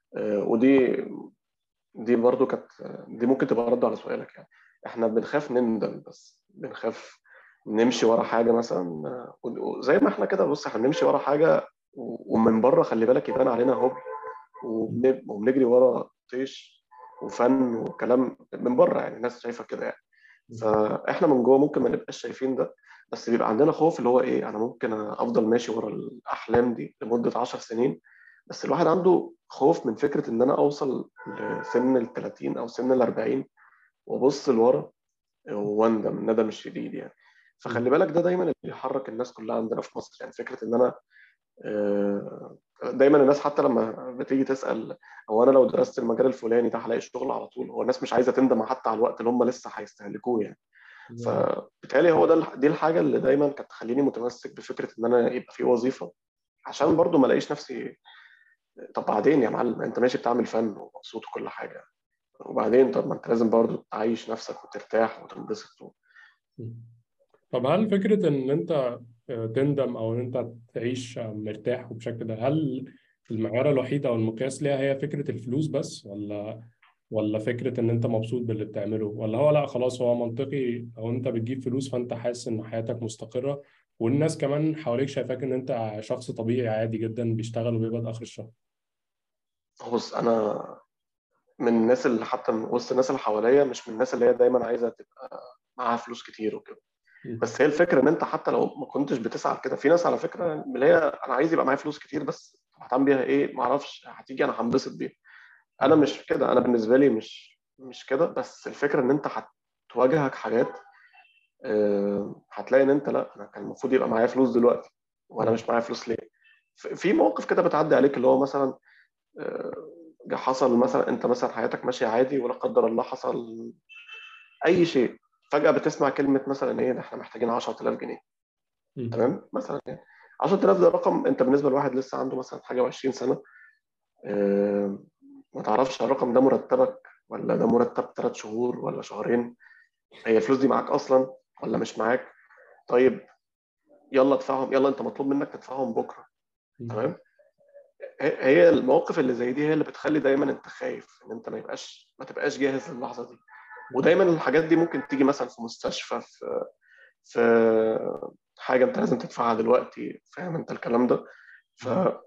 ودي برضو كانت، دي ممكن تبقى رد على سؤالك يعني. احنا بنخاف نندم، بس بنخاف نمشي ورا حاجه مثلا. زي ما احنا كده، بص احنا بنمشي ورا حاجه ومن بره خلي بالك يبان علينا هوب، وبنجري ورا طيش وفن وكلام من بره، يعني الناس شايفه كده يعني. فاحنا من جوه ممكن ما نبقاش شايفين ده، بس بيبقى عندنا خوف اللي هو ايه، انا ممكن افضل ماشي ورا الاحلام دي لمده 10 سنين. بس الواحد عنده خوف من فكره ان انا اوصل لسن ال 30 او سن ال 40 وابص لورا واندم الندم الشديد يعني. فخلي بالك ده دايما اللي بيحرك الناس كلها عندنا في مصر، يعني فكره ان انا دايما الناس حتى لما بتيجي تسأل هو انا لو درست المجال الفلاني ده هلاقي شغل على طول، هو الناس مش عايزه تندم حتى على الوقت اللي هم لسه هيستهلكوه يعني. فبالتالي هو ده دي الحاجه اللي دايما كانت تخليني متمسك بفكره ان انا يبقى في وظيفه، عشان برضو ما الاقيش نفسي طب بعدين يا معلم انت ماشي بتعمل فن ومبسوط وكل حاجه، وبعدين طب ما انت لازم برضو تعيش نفسك وترتاح وتنبسط طب هل فكرة إن أنت تندم أو إن أنت تعيش مرتاح وبشكل ده، هل المعيار الوحيد أو المقياس ليها هي فكرة الفلوس بس، ولا فكرة إن أنت مبسوط باللي بتعمله، ولا هو لأ خلاص هو منطقي أو أنت بتجيب فلوس فأنت حاسس إن حياتك مستقرة، والناس كمان حواليك شايفاك إن أنت شخص طبيعي عادي جدا بيشتغل وبيقبض آخر الشهر؟ بص انا من الناس اللي حتى من وسط الناس اللي حواليا مش من الناس اللي هي دايما عايزه تبقى معاها فلوس كتير وكده. مم. بس هي الفكره ان انت حتى لو ما كنتش بتسعى كده، في ناس على فكره اللي هي انا عايز يبقى معايا فلوس كتير بس هتعمل بيها ايه ما اعرفش، هتيجي انا هنبسط بيها. انا مم. مش كده، انا بالنسبه لي مش كده. بس الفكره ان انت هتواجهك حاجات هتلاقي ان انت لا، انا كان المفروض يبقى معايا فلوس دلوقتي وانا مم. مش معايا فلوس ليه. في مواقف كده بتعدي عليك اللي هو مثلا حصل مثلا انت مثلا حياتك ماشيه عادي ولا قدر الله حصل اي شيء، فجاه بتسمع كلمه مثلا ايه ده احنا محتاجين 10000 جنيه. مم. تمام مثلا يعني 10000 ده رقم انت بالنسبه لواحد لسه عنده مثلا حاجه و20 سنه، آه، ما تعرفش الرقم ده مرتبك ولا ده مرتب 3 شهور ولا شهرين، هي الفلوس دي معاك اصلا ولا مش معاك. طيب يلا ادفعهم، يلا انت مطلوب منك تدفعهم بكره. مم. تمام. هي المواقف اللي زي دي هي اللي بتخلي دايما انت خايف ان انت ما تبقاش جاهز للحظه دي. ودايما الحاجات دي ممكن تيجي مثلا في مستشفى، في حاجه انت لازم تدفعها دلوقتي، فاهم انت الكلام ده. ف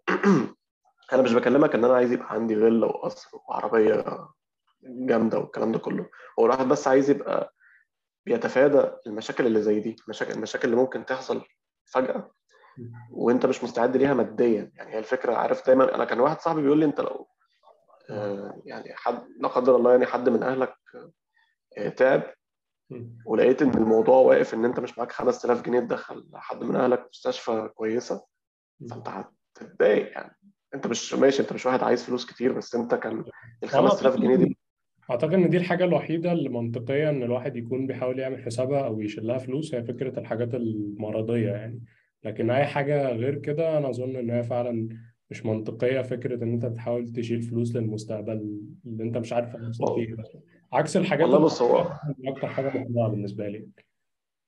انا مش بكلمك ان انا عايز يبقى عندي فيلا وقصر وعربيه جامده والكلام ده كله. هو الواحد بس عايز يبقى بيتفادى المشاكل اللي زي دي، المشاكل اللي ممكن تحصل فجأة مم. وانت مش مستعد ليها ماديا. يعني هي الفكره، عارف دايما انا كان واحد صاحبي بيقول لي انت لو يعني حد لا قدر الله يعني حد من اهلك تعب مم. ولقيت ان الموضوع واقف ان انت مش معاك 5000 جنيه تدخل حد من اهلك مستشفى كويسه، فانت مم. هتتضايق يعني. انت مش ماشي، انت مش واحد عايز فلوس كتير، بس انت كان ال وانا 5000 جنيه دي. اعتقد ان دي الحاجه الوحيده اللي منطقيه ان الواحد يكون بيحاول يعمل حسابها او يشيل لها فلوس، هي فكره الحاجات المرضيه يعني. لكن اي حاجه غير كده انا اظن ان هي فعلا مش منطقيه، فكره ان انت تحاول تشيل فلوس للمستقبل اللي انت مش عارف هيحصل فيه إيه. عكس الحاجات والله بص المرضيه هو دي اكتر حاجه مقنعه بالنسبه لي.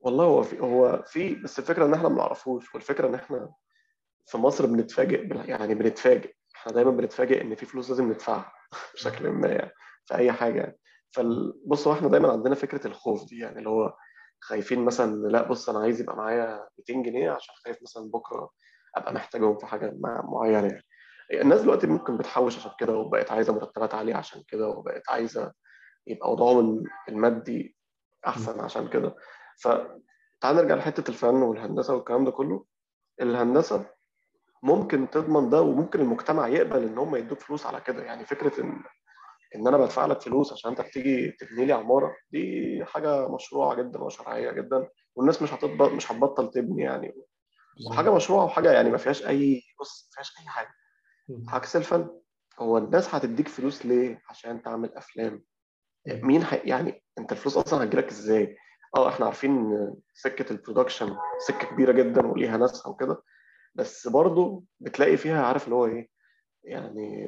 والله هو في بس الفكره ان احنا ما نعرفوش، والفكره ان احنا في مصر بنتفاجئ يعني بنتفاجئ، احنا دايما بنتفاجئ ان في فلوس لازم ندفعها بشكل ما يعني، في اي حاجه يعني. فبص، هو احنا دايما عندنا فكره الخوف دي، يعني اللي هو خايفين مثلا، لا بص انا عايز يبقى معايا 200 جنيه عشان خايف مثلا بكره ابقى محتاجهم في حاجه معينه يعني. الناس دلوقتي ممكن بتحوش عشان كده، وبقت عايزه مرتبات عاليه عشان كده، وبقت عايزه يبقى وضعهم المادي احسن عشان كده. فتعال نرجع لحته الفن والهندسه والكلام ده كله. الهندسه ممكن تضمن ده، وممكن المجتمع يقبل ان هم يدوك فلوس على كده. يعني فكره ان انا بدفع لك فلوس عشان انت بتيجي تبني لي عماره، دي حاجه مشروعه جدا وشرعيه جدا، والناس مش هتبطل تبني يعني. بالظبط. وحاجه مشروعه، وحاجه يعني ما فيهاش اي، بص ما فيهاش اي حاجه. مم. عكس الفن، هو الناس هتديك فلوس ليه؟ عشان تعمل افلام. مم. يعني انت الفلوس اصلا هتجيلك ازاي؟ اه احنا عارفين إن سكه البرودكشن سكه كبيره جدا وليها ناسها وكده، بس برضه بتلاقي فيها، عارف اللي هو ايه يعني،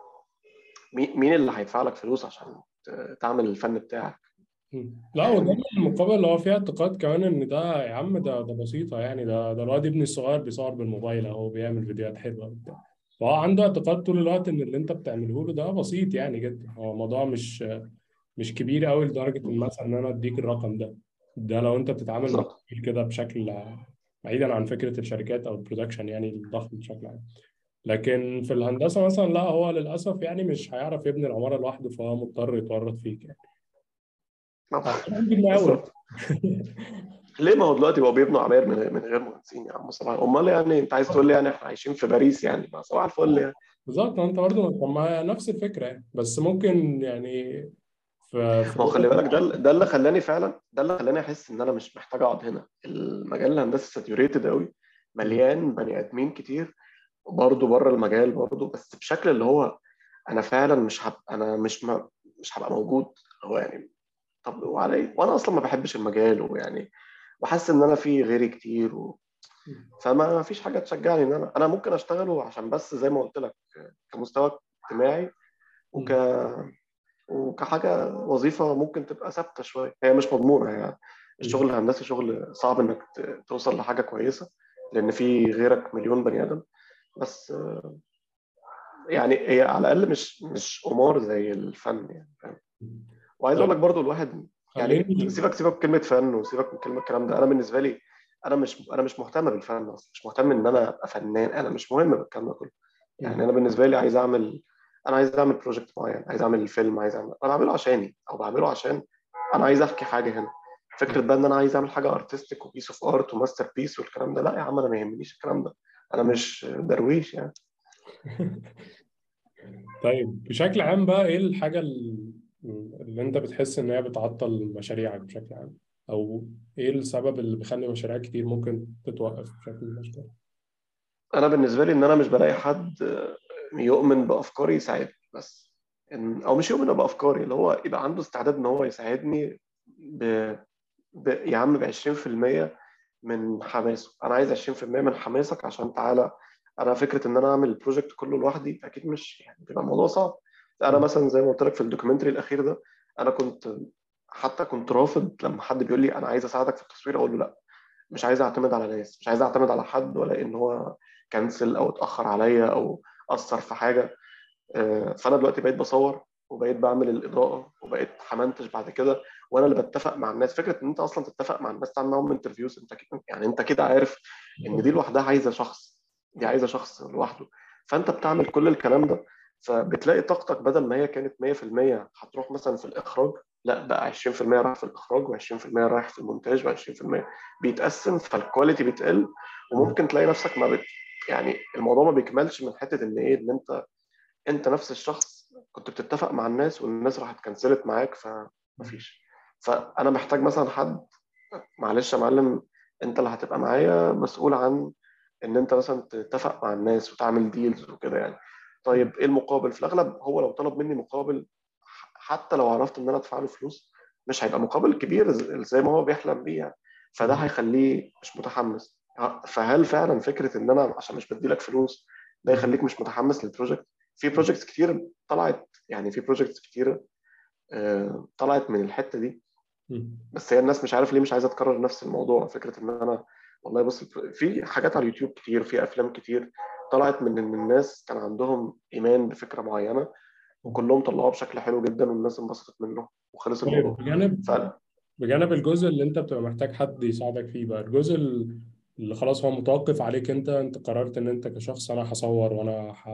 مين اللي هيدفع لك فلوس عشان تعمل الفن بتاعك لا، وده يعني؟ من المقابل اللي هو فيه اعتقاد كمان ان ده يا عم ده بسيطه يعني، ده الواد ابني الصغير بيصور بالموبايل اهو، بيعمل فيديوهات حلوه وبتاع. فهو عنده اعتقاد طول الوقت ان اللي انت بتعمله له ده بسيط يعني جدا، هو الموضوع مش كبير قوي لدرجه ان مثلا ان انا اديك الرقم ده. ده لو انت بتتعامل مع بالظبط. كده بشكل بعيدا عن فكره الشركات او البرودكشن يعني الضخم بشكل عام. لكن في الهندسه مثلا لا، هو للاسف يعني مش هيعرف يبني العماره لوحده، فهو مضطر يتورط فيك يعني. طبعا دي مقاول. بالظبط. ليه؟ ما هو دلوقتي بقوا بيبنوا عماير من غير مهندسين يا عم، صباح امال يعني انت عايز تقول لي يعني احنا عايشين في باريس يعني؟ ما صباح الفل يعني. بالظبط، انت برضه طب ما هي نفس الفكره يعني، بس ممكن يعني في ما هو خلي وجهة بالك، ده نظري. ده اللي خلاني فعلا، ده اللي خلاني احس ان انا مش محتاج اقعد هنا. المجال الهندسي ساتيوريتد قوي، مم. مليان بني ادمين كتير، وبرضه بره المجال برضه، بس بشكل اللي هو انا فعلا مش هبقى، انا مش هبقى موجود. هو يعني طب وعلي، وانا اصلا ما بحبش المجال، ويعني وحاسس ان انا في غيري كتير فما فيش حاجه تشجعني ان انا ممكن اشتغله عشان بس زي ما قلت لك، كمستوى اجتماعي، وك مم. وكحاجه وظيفه ممكن تبقى ثابته شويه، هي مش مضمونه يعني. مم. الشغل الهندسي شغل صعب انك توصل لحاجه كويسه، لان في غيرك مليون بني ادم. بس يعني هي على الاقل مش قمار زي الفن يعني، فاهم؟ وعايز اقول طيب لك برضو الواحد، يعني خليني. سيبك من كلمه فن، وسيبك من كلمه الكلام ده. انا بالنسبه لي، انا مش مهتم بالفن اصلا، مش مهتم ان انا ابقى فنان، انا مش مهم بالكلام ده كله. يعني مم. انا بالنسبه لي عايز اعمل بروجكت معين، عايز اعمل فيلم، انا بعمله عشاني، او بعمله عشان انا عايز احكي حاجه هنا. فكره مم. بقى ان انا عايز اعمل حاجه ارتستيك وبيس اوف ارت وماستر بيس والكلام ده، لا يا عم انا ما يهمنيش الكلام ده، انا مم. مش درويش يعني. طيب بشكل عام بقى ايه الحاجه اللي انت بتحس ان هي بتعطل مشاريعك بشكل عام، او ايه السبب اللي بيخلي مشاريع كتير ممكن تتوقف بشكل من الاشكال؟ انا بالنسبه لي ان انا مش بلاقي حد يؤمن بافكاري يساعدني بس، او مش يؤمن بافكاري، اللي هو يبقى عنده استعداد ان هو يساعدني يا عم ب 20% من حماسه. انا عايز 20% من حماسك عشان تعالى. انا فكره ان انا اعمل البروجكت كله لوحدي اكيد مش يعني، بيبقى الموضوع صعب. انا مم. مثلا زي ما قلت لك في الدوكيومنتري الاخير ده، انا حتى كنت رافض لما حد بيقول لي انا عايز اساعدك في التصوير، اقول له لا، مش عايز اعتمد على ناس، مش عايز اعتمد على حد، ولا ان هو كنسل او اتاخر عليا او اثر في حاجه. فانا دلوقتي بقيت بصور، وبقيت بعمل الاضاءه، وبقيت همنتج بعد كده، وانا اللي بتفق مع الناس. فكره ان انت اصلا تتفق مع الناس، تعمل معاهم انترفيوز، انت يعني انت كده عارف ان دي لوحدها عايزه شخص، دي عايزه شخص لوحده. فانت بتعمل كل الكلام ده، فبتلاقي طاقتك بدل ما هي كانت 100% هتروح مثلا في الاخراج، لا بقى 20% رايح في الاخراج، و20% رايح في المونتاج، و20% بيتقسم، فالكواليتي بتقل. مم. وممكن تلاقي نفسك ما يعني الموضوع ما بيكملش من حته ان ايه، ان انت نفس الشخص كنت بتتفق مع الناس، والناس راحت كنسلت معاك، فمفيش. فانا محتاج مثلا حد، معلش يا معلم، انت اللي هتبقى معايا مسؤول عن ان انت مثلا تتفق مع الناس وتعمل ديلز وكده يعني. مم. طيب ايه المقابل؟ في الاغلب هو لو طلب مني مقابل، حتى لو عرفت ان انا ادفع له فلوس، مش هيبقى مقابل كبير زي ما هو بيحلم بيه يعني. فده مم. هيخليه مش متحمس. فهل فعلا فكره ان انا عشان مش بديلك فلوس ده مم. يخليك مش متحمس للبروجكت؟ في بروجكتس كتير طلعت، يعني في بروجكتس كتير طلعت من الحته دي، مم. بس هي الناس مش عارف ليه مش عايزه تكرر نفس الموضوع. فكره ان انا والله بص، في حاجات على اليوتيوب كتير، في افلام كتير طلعت من ان الناس كان عندهم ايمان بفكره معينه، وكلهم طلعوها بشكل حلو جدا والناس انبسطت منه وخلص طيب، الموضوع. بجانب ف بجانب الجزء اللي انت بتبقى محتاج حد يساعدك فيه، بقى الجزء اللي خلاص هو متوقف عليك انت قررت ان انت كشخص انا هصور وانا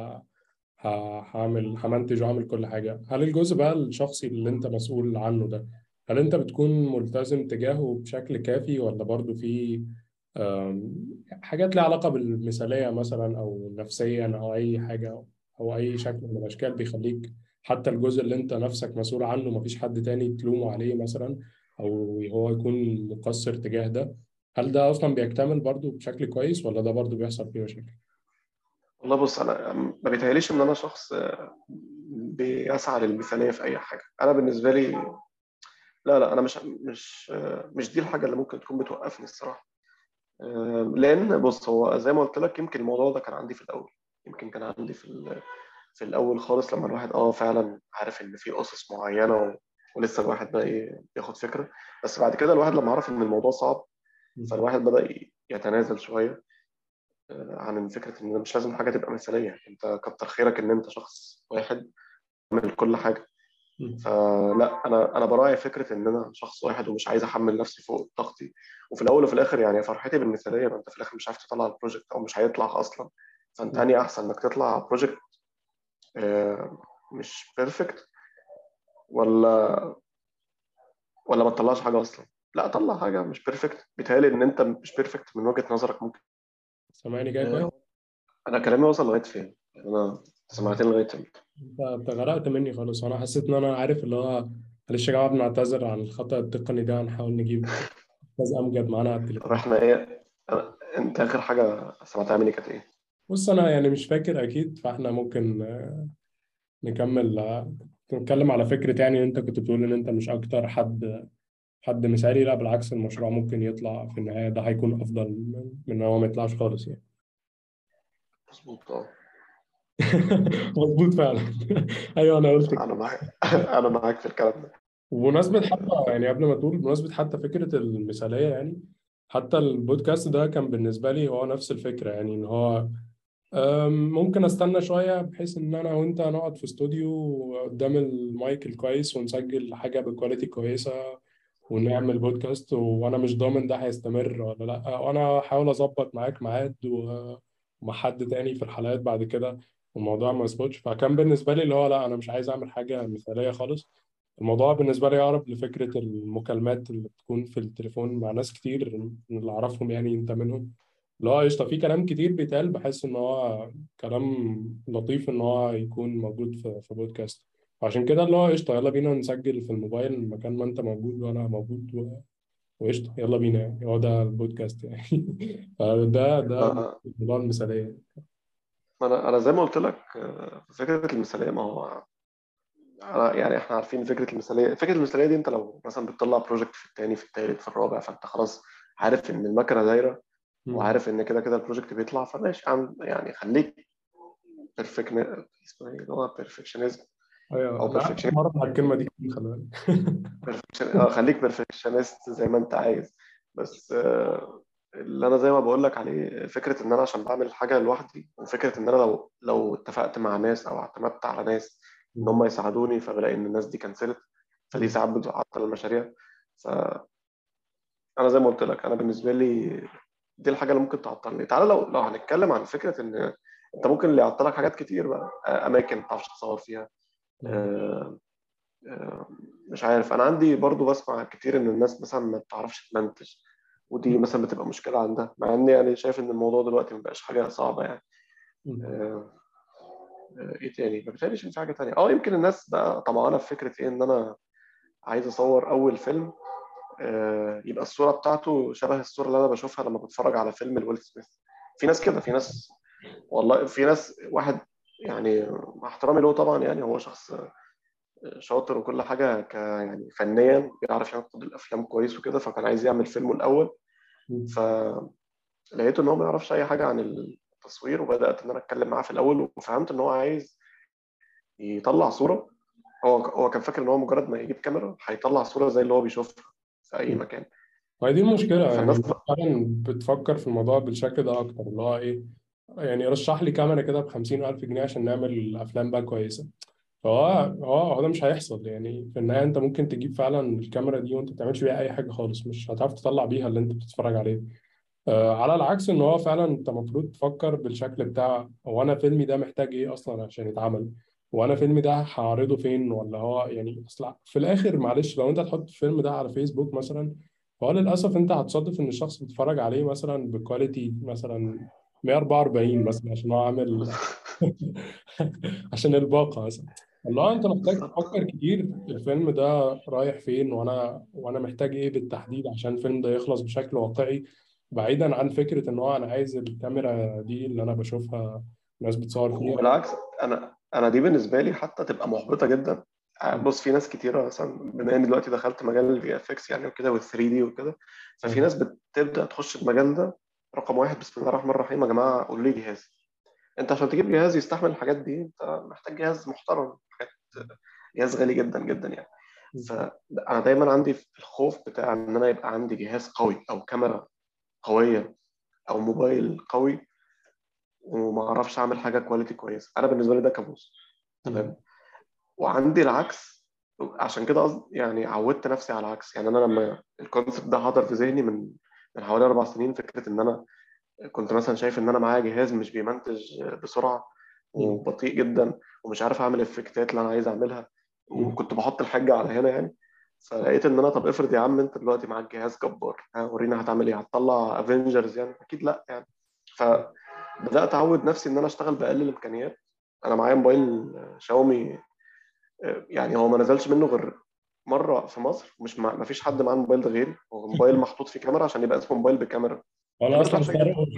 همنتج وهعمل كل حاجة. هل الجزء بقى الشخصي اللي انت مسؤول عنه ده، هل انت بتكون ملتزم تجاهه بشكل كافي، ولا برضو في حاجات لها علاقة بالمثالية مثلا او نفسيا او اي حاجة او اي شكل من الاشكال بيخليك حتى الجزء اللي انت نفسك مسؤول عنه مفيش حد تاني تلومه عليه مثلا، او هو يكون مقصر تجاه ده؟ هل ده اصلا بيكتمل برضو بشكل كويس، ولا ده برضو بيحصل فيه مشاكل؟ والله بص، انا ما بيتهيأليش ان انا شخص بيسعى للمثاليه في اي حاجه. انا بالنسبه لي لا لا، انا مش دي الحاجه اللي ممكن تكون بتوقفني الصراحه. لان بص، هو زي ما قلت لك يمكن الموضوع ده كان عندي في الاول، يمكن كان عندي في الاول خالص لما الواحد فعلا عارف ان في اسس معينه ولسه الواحد بقى ياخد فكره. بس بعد كده الواحد لما عرف ان الموضوع صعب، فالواحد بدأ يتنازل شويه عن فكره ان مش لازم حاجه تبقى مثاليه. انت كتر خيرك ان انت شخص واحد من كل حاجه. فلا، انا براعي فكره ان انا شخص واحد ومش عايز احمل نفسي فوق طاقتي. وفي الاول وفي الاخر يعني فرحتي بالمثاليه، ما انت في الاخر مش عارف تطلع البروجكت او مش هيطلع اصلا. فانت اني احسن انك تطلع بروجكت مش بيرفكت، ولا ما تطلعش حاجه اصلا. لا، طلع حاجه مش بيرفكت. بيتهيألي ان انت مش بيرفكت من وجهه نظرك ممكن. سامعني كده كويس؟ آه، انا كلامي وصل لغايه فين؟ يعني انا سمعتني لغايه فين؟ انت غرقت مني خالص، وانا حسيت ان انا عارف اللي هو معلش يا جماعه بنعتذر عن الخطأ التقني ده، هنحاول نجيب استاذ امجد معانا على طب التليفون. احنا ايه؟ انت اخر حاجه سمعتها مني كانت ايه؟ بص انا يعني مش فاكر اكيد، فاحنا ممكن نكمل نتكلم على فكره، يعني انت كنت بتقول ان انت مش اكتر حد مثالي. لا بالعكس، المشروع ممكن يطلع في النهايه ده هيكون افضل من ان هو ما يطلعش خالص يعني. مظبوط. مظبوط فعلا. ايوه انا قلت كده. انا معاك انا معاك في الكلام ده. وبمناسبة حتى يعني قبل ما تقول، بمناسبة حتى فكرة المثالية يعني، حتى البودكاست ده كان بالنسبة لي هو نفس الفكرة، يعني إن هو ممكن أستنى شوية بحيث إن أنا وأنت نقعد في استوديو قدام المايك الكويس ونسجل حاجة بكواليتي كويسة ونعمل بودكاست، وأنا مش ضامن ده هيستمر ولا لأ، وأنا أحاول أظبط معاك ميعاد ومع حد تاني في الحلقات بعد كده، والموضوع ما يظبطش. فكان بالنسبة لي اللي هو لأ، أنا مش عايز أعمل حاجة مثالية خالص. الموضوع بالنسبة لي أقرب لفكرة المكالمات اللي بتكون في التليفون مع ناس كتير من اللي أعرفهم، يعني أنت منهم. اللي هو قشطة، في كلام كتير بيتقال بحس إن هو كلام لطيف إن هو يكون موجود في بودكاست. عشان كده اللي هو قشطة، يلا بينا نسجل في الموبايل مكان ما أنت موجود وأنا موجود وقشطة يلا بينا، يعني هو ده البودكاست يعني. فده ما الموضوع المثالية. انا زي ما قلت لك فكره المثاليه، ما هو يعني احنا عارفين فكره المثاليه دي. انت لو مثلا بتطلع بروجكت في الثاني في الثالث في الرابع، فانت خلاص عارف ان المكنه دايره، مم. وعارف ان كده كده البروجكت بيطلع. فماشي يعني خليك بيرفكت، اسمه ايه اللي هو بيرفكشنزم أيوه او أنا عارف بيرفكشن. مرة على الكلمة دي كتير، خلي بالك. خليك بيرفكشنست زي ما انت عايز. بس اللي انا زي ما بقول لك عليه فكره ان انا عشان بعمل حاجه لوحدي، وفكره ان انا لو اتفقت مع ناس او اعتمدت على ناس ان هم يساعدوني، فبلاقي ان الناس دي كنسلت، فدي مم. ساعات بتعطل المشاريع. فانا زي ما قلت لك، انا بالنسبه لي دي الحاجه اللي ممكن تعطلني. تعالى لو هنتكلم عن فكره ان انت ممكن اللي يعطلك حاجات كتير بقى، اماكن ما تعرفش تصور فيها. مم. آه، آه، مش عارف، انا عندي برضو بسمع كتير ان الناس مثلا ما بتعرفش تمنتج، ودي مثلا بتبقى مشكله عندها، مع اني يعني شايف ان الموضوع دلوقتي ما بقاش حاجه صعبه يعني. مم. آه، ايه تاني؟ ما بيتهيأليش ان في حاجه تانيه. يمكن الناس بقى طمعانه في فكره ايه، ان انا عايز اصور اول فيلم يبقى الصوره بتاعته شبه الصوره اللي انا بشوفها لما بتفرج على فيلم الويل سميث. في ناس كده، في ناس والله، في ناس واحد يعني مع احترامي له طبعا، يعني هو شخص شاطر وكل حاجة، يعني فنيا بيعرف ينقد الأفلام كويس وكده، فكان عايز يعمل فيلمه الأول. مم. فلقيته إن هو ما يعرفش أي حاجة عن التصوير، وبدأت إن أنا أتكلم معاه في الأول، وفهمت إن هو عايز يطلع صورة. هو كان فاكر إن هو مجرد ما يجيب كاميرا هيطلع صورة زي اللي هو بيشوفها في اي مكان. ما هي دي المشكلة، يعني فالناس الناس فعلا بتفكر في الموضوع بالشكل ده أكتر، اللي هو إيه، يعني رشح لي كاميرا كده ب50,000 جنيه عشان نعمل أفلام بقى كويسة. فهو ده مش هيحصل. يعني في النهاية أنت ممكن تجيب فعلا الكاميرا دي وأنت ما بتعملش بيها أي حاجة خالص، مش هتعرف تطلع بيها اللي أنت بتتفرج عليه. على العكس إن هو فعلا أنت المفروض تفكر بالشكل بتاع هو أنا فيلمي ده محتاج إيه أصلا عشان يتعمل، وأنا فيلمي ده هعرضه فين، ولا هو يعني أصلا في الآخر معلش لو أنت تحط الفيلم ده على فيسبوك مثلا، فهو للأسف أنت هتصادف إن الشخص بيتفرج عليه مثلا بكواليتي مثلا 144 مثلا عشان هو عامل عشان الباقة مثلا. الله انت محتاج بالظبط. تفكر كتير الفيلم ده رايح فين، وانا محتاج ايه بالتحديد عشان الفيلم ده يخلص بشكل واقعي، بعيدا عن فكرة ان هو انا عايز الكاميرا دي اللي انا بشوفها ناس بتصور فيها. وبالعكس، انا دي بالنسبه لي حتى تبقى محبطه جدا. بص، في ناس كتيره مثلا، بما اني دلوقتي دخلت مجال الفي اف اكس يعني وكده وال 3 دي وكده، ففي ناس بتبدا تخش المجال ده. رقم واحد، بسم الله الرحمن الرحيم، يا جماعه قولوا لي جهاز. انت عشان تجيب جهاز يستحمل الحاجات دي انت محتاج جهاز محترم، جهاز غالي جدا جدا يعني. فانا دايما عندي الخوف بتاع ان انا يبقى عندي جهاز قوي او كاميرا قويه او موبايل قوي وما اعرفش اعمل حاجه كواليتي كويسه. انا بالنسبه لي ده كابوس. تمام. وعندي العكس. عشان كده يعني عودت نفسي على العكس. يعني انا لما الكونسيبت ده حضر في ذهني من حوالي 4 سنين، فكره ان انا كنت مثلا شايف ان انا معايا جهاز مش بيمنتج بسرعه وبطيء جدا ومش عارف اعمل الافكتات اللي انا عايز اعملها، وكنت بحط الحاجه على هنا يعني. فلقيت ان انا، طب افرض يا عم انت دلوقتي معاك جهاز جبار، ها ورينا هتعمل ايه، هتطلع افنجرز يعني؟ اكيد لا يعني. فبدات اعود نفسي ان انا اشتغل باقل الامكانيات. انا معايا موبايل شاومي، يعني هو ما نزلش منه غير مره في مصر، مش ما فيش حد معاه الموبايل ده غيري. هو موبايل محطوط فيه كاميرا عشان يبقى اسمه موبايل بكاميرا. وانا كاميرا اصلا وحشه جدا. سارقه.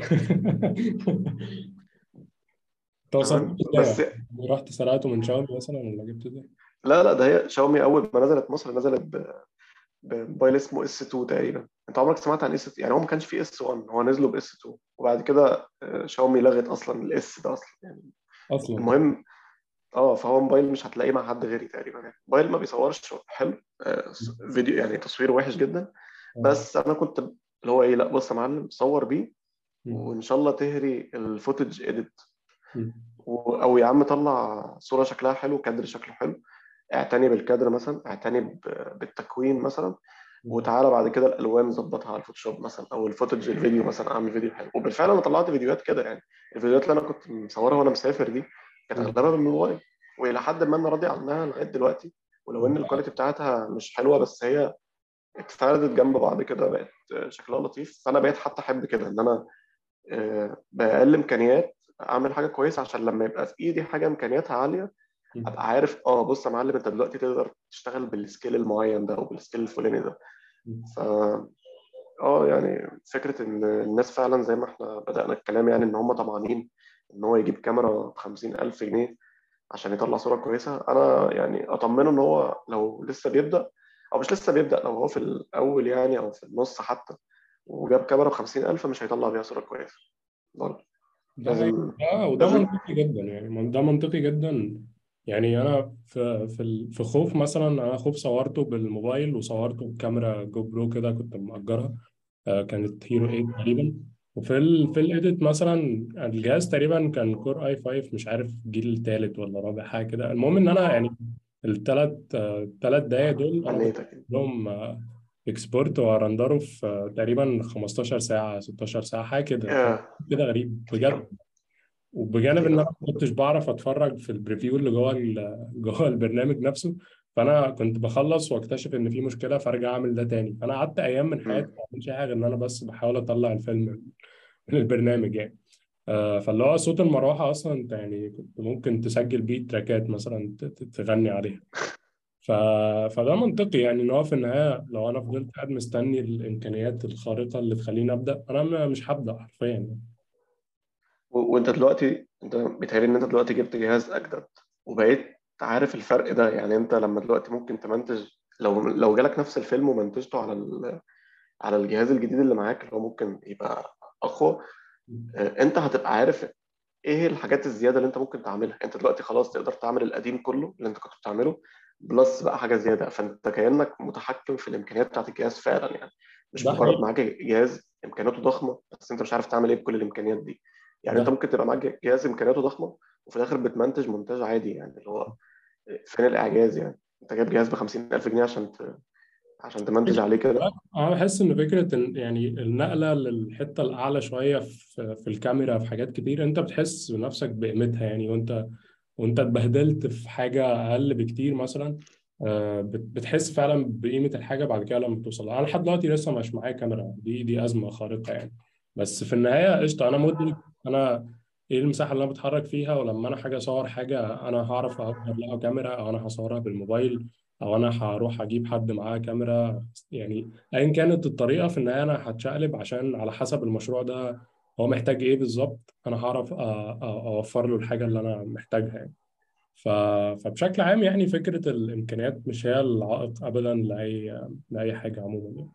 انت وصلت تمام. ازاي بس يعني؟ رحت سرقته من شاومي مثلا ولا جبته ازاي؟ لا لا، ده هي شاومي اول ما نزلت مصر نزلت بموبايل اسمه اس 2 تقريبا. انت عمرك سمعت عن اس؟ يعني هو ما كانش فيه اس 1، هو نزله باس 2 وبعد كده شاومي لغت اصلا الاس ده اصلا يعني. اصلا. المهم، اه فهو موبايل مش هتلاقيه مع حد غيري تقريبا يعني. موبايل ما بيصورش حلو، فيديو يعني تصوير وحش جدا. بس انا كنت اللي هو ايه، لا بص يا معلم صور بيه وان شاء الله تهري الفوتج اديت، او يا عم طلع صوره شكلها حلو، كادر شكله حلو، اعتني بالكادر مثلا، اعتني بالتكوين مثلا، وتعالى بعد كده الالوان ظبطها على الفوتوشوب مثلا، او الفوتج الفيديو مثلا اعمل فيديو حلو. وبالفعل انا طلعت فيديوهات كده يعني. الفيديوهات اللي انا كنت مصورها وانا مسافر دي كانت اغلبها بالموبايل، والى حد ما انا راضي عنها لغايه دلوقتي. ولو ان الكواليتي بتاعتها مش حلوه، بس هي اتفردت جنب بعض كده بقت شكلها لطيف. فانا بقيت حتى احب كده ان انا باقل امكانيات اعمل حاجه كويسه، عشان لما يبقى في ايدي حاجه امكانياتها عاليه ابقى عارف، بص يا معلم انت دلوقتي تقدر تشتغل بالسكيل المعين ده او بالسكيل الفلاني ده. ف يعني فكره ان الناس فعلا زي ما احنا بدانا الكلام، يعني ان هم طمعانين ان هو يجيب كاميرا ب50,000 جنيه عشان يطلع صوره كويسه. انا يعني اطمنه ان هو لو لسه بيبدا، او مش لسه بيبدا، لو هو في الاول يعني او في النص حتى، وجاب كاميرا ب50,000 مش هيطلع بيها صوره كويسه برضه. ده حقيقي. لازم وده لازم منطقي جدا، يعني ده منطقي جدا. يعني انا في خوف مثلا، انا خوف صورته بالموبايل وصورته بكاميرا جو برو كده كنت مأجرها. كانت هيرو 8 تقريبا. في الايديت مثلا الجهاز تقريبا كان كور اي 5، مش عارف جيل ثالث ولا رابع حاجه كده. المهم ان انا يعني الثلاث دقايق دول انا كنت فنيتك. لهم اكسبورت ورندره في تقريبا 15 ساعه 16 ساعه حاجه كده. كان يا كده غريب كتير بجد. أوي. وبجانب كتير ان أوي. انا ما كنتش بعرف اتفرج في البريفيو اللي جوه جوه البرنامج نفسه، فانا كنت بخلص واكتشف ان في مشكله فارجع اعمل ده تاني. فانا قعدت ايام من حياتي مم. ما بعملش اي حاجه، ان انا بس بحاول اطلع الفيلم من البرنامج يعني. فاللي هو صوت المروحه اصلا انت يعني كنت ممكن تسجل بيه تراكات مثلا تغني عليها. ف... فده منطقي يعني ان هو في النهايه لو انا فضلت قاعد مستني الامكانيات الخارقه اللي تخليني ابدا، انا مش هبدا حرفيا يعني. وانت دلوقتي، انت بيتهيألي ان انت دلوقتي جبت جهاز اجدد وبقيت عارف الفرق ده. يعني انت لما دلوقتي ممكن تمنتج، لو جالك نفس الفيلم ومنتجته على الجهاز الجديد اللي معاك اللي هو ممكن يبقى اقوى، انت هتبقى عارف ايه الحاجات الزياده اللي انت ممكن تعملها. انت دلوقتي خلاص تقدر تعمل القديم كله اللي انت كنت بتعمله بلس بقى حاجه زياده، فانت كانك متحكم في الامكانيات بتاعت الجهاز فعلا يعني. مش ده مجرد حقيقي. معاك جهاز امكانياته ضخمه بس انت مش عارف تعمل ايه بكل الامكانيات دي. يعني انت ده ممكن تبقى معاك جهاز امكانياته ضخمه وفي الاخر بتمنتج مونتاج عادي، يعني اللي هو فين الاعجاز يعني؟ انت جايب جهاز ب 50,000 جنيه عشان تمنتج عليه كده. انا بحس ان فكره إن يعني النقله للحته الاعلى شويه في الكاميرا في حاجات كتير، انت بتحس بنفسك بقيمتها يعني. وانت اتبهدلت في حاجه اقل بكتير مثلا، بتحس فعلا بقيمه الحاجه بعد كده لما توصل. انا لحد دلوقتي لسه مش معايا كاميرا، دي ازمه خارقه يعني. بس في النهايه قشطه، انا مدرك انا ايه المساحه اللي انا بتحرك فيها. ولما انا حاجه اصور حاجه، انا هعرف اقدر لها كاميرا، او انا هصورها بالموبايل، او انا هروح اجيب حد معاه كاميرا. يعني ايا كانت الطريقه، في النهايه انا هتشقلب عشان على حسب المشروع ده هو محتاج ايه بالظبط، انا هعرف اوفر له الحاجه اللي انا محتاجها يعني. ف... فبشكل عام يعني فكره الامكانيات مش هي العائق ابدا لاي حاجه عموما يعني.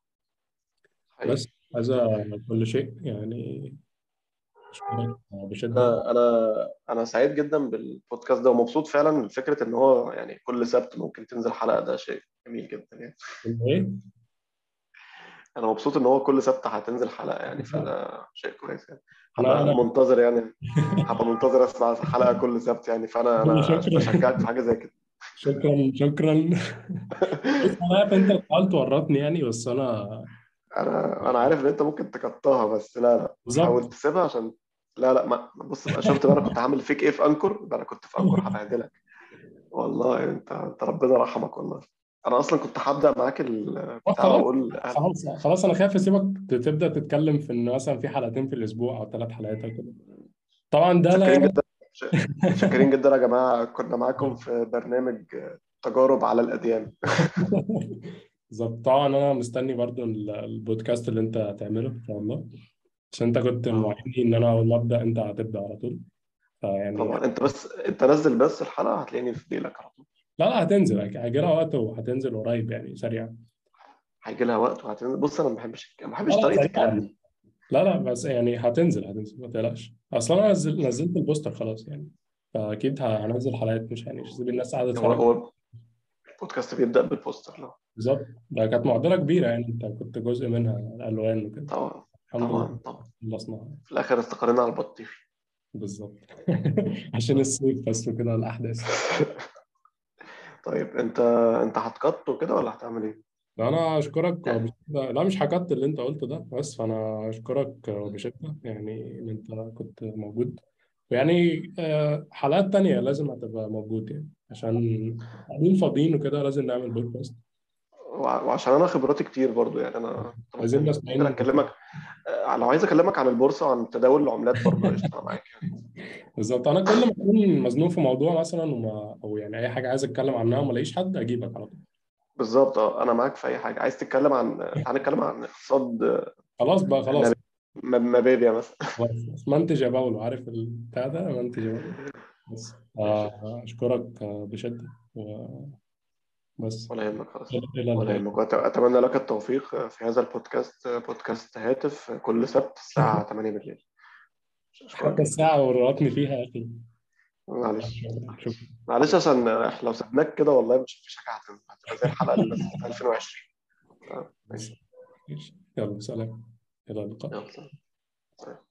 حقيقي. بس هذا كل شيء يعني. اشكرك بشده. انا سعيد جدا بالبودكاست ده ومبسوط فعلا فكره ان هو يعني كل سبت ممكن تنزل حلقه، ده شيء جميل جدا يعني. ايه. انا مبسوط ان هو كل سبت هتنزل حلقه يعني، فده شيء كويس يعني. انا هبقى انا منتظر يعني، هبقى منتظر اسمع حلقه كل سبت يعني، فانا شكرا. بشجعك في حاجه زي كده. شكرا. بص انا عارف انت بتحاول تورطني يعني، بس انا انا عارف ان انت ممكن تقطعها، بس لا لا حاول بالظبط. تسيبها عشان لا لا ما بص بقى، شفت بقى انا كنت عامل فيك ايه في انكر ده؟ انا كنت في انكر هبهدلك والله. انت ربنا رحمك والله. انا اصلا كنت هبدا معاك البتاع خلاص واقول خلاص انا خايف اسيبك تبدا تتكلم في ان مثلا في حلقتين في الاسبوع او 3 حلقات او كده. طبعا ده لا متشكرين يعني. جدا. متشكرين جدا يا جماعه، كنا معاكم في برنامج تجارب على الاديان. بالظبط. طبعا انا مستني برضو البودكاست اللي انت هتعمله ان شاء الله، عشان انت كنت اه موعدني ان انا اول ما ابدا انت هتبدا على طول. فيعني طبعا، انت نزل بس الحلقه هتلاقيني في ديلك على طول. لا هتنزل، هيجي لها وقت وهتنزل قريب يعني سريع. هيجي لها وقت وهتنزل. بص انا ما لا بحبش طريقه سريع. الكلام دي. لا بس يعني هتنزل ما تقلقش. اصلا انا نزلت البوستر خلاص يعني. فاكيد هنزل حلقات، مش يعني مش هسيب الناس قاعده هو تتفرج. هو البودكاست بيبدا بالبوستر لا؟ بالظبط. ده كانت معضله كبيره يعني، انت كنت جزء منها، الالوان وكده. طبعا الحمد لله طبعا طبعا. خلصناها. في الاخر استقرينا على البطيخ. بالظبط. عشان الصيف بس وكده الاحداث. طيب انت هتقط وكده ولا هتعمل ايه؟ انا اشكرك يعني وبشده. لا مش حكت اللي انت قلته ده، بس فانا اشكرك وبشده يعني ان انت كنت موجود. ويعني حلقات تانية لازم هتبقى موجود يعني، عشان قاعدين فاضيين وكده لازم نعمل بودكاست. وعشان انا خبراتي كتير برضو يعني، انا عايزين ممكن نستعين. اكلمك. لو عايز اكلمك عن البورصه وعن تداول العملات برضو قشطه انا معاك يعني. بالظبط. انا كل ما اكون مزنوق في موضوع مثلا او يعني اي حاجه عايز اتكلم عنها وما الاقيش حد، اجيبك على طول. بالظبط اه، انا معاك في اي حاجه عايز تتكلم عن. تعال نتكلم عن اقتصاد خلاص بقى خلاص. مب- مبادئ مثلا. خلاص منتج يا باولو، عارف البتاع ده، منتج يا باولو. بس ماشي. اشكرك بشده وبس. ولا يهمك خلاص. الى ولا اللقاء. يهمك، وأتمنى لك التوفيق في هذا البودكاست، بودكاست هاتف كل سبت الساعة 8 بالليل. أشكرك حتى جدا. الساعه ورطني فيها يا اخي. معلش شكرا. معلش معلش، عشان احنا لو سبناك كده والله مش مفيش حاجة هتبقى زي الحلقة اللي نزلت في 2020. بس ماشي. ماشي. يلا سلام. الى اللقاء. يلا سلام.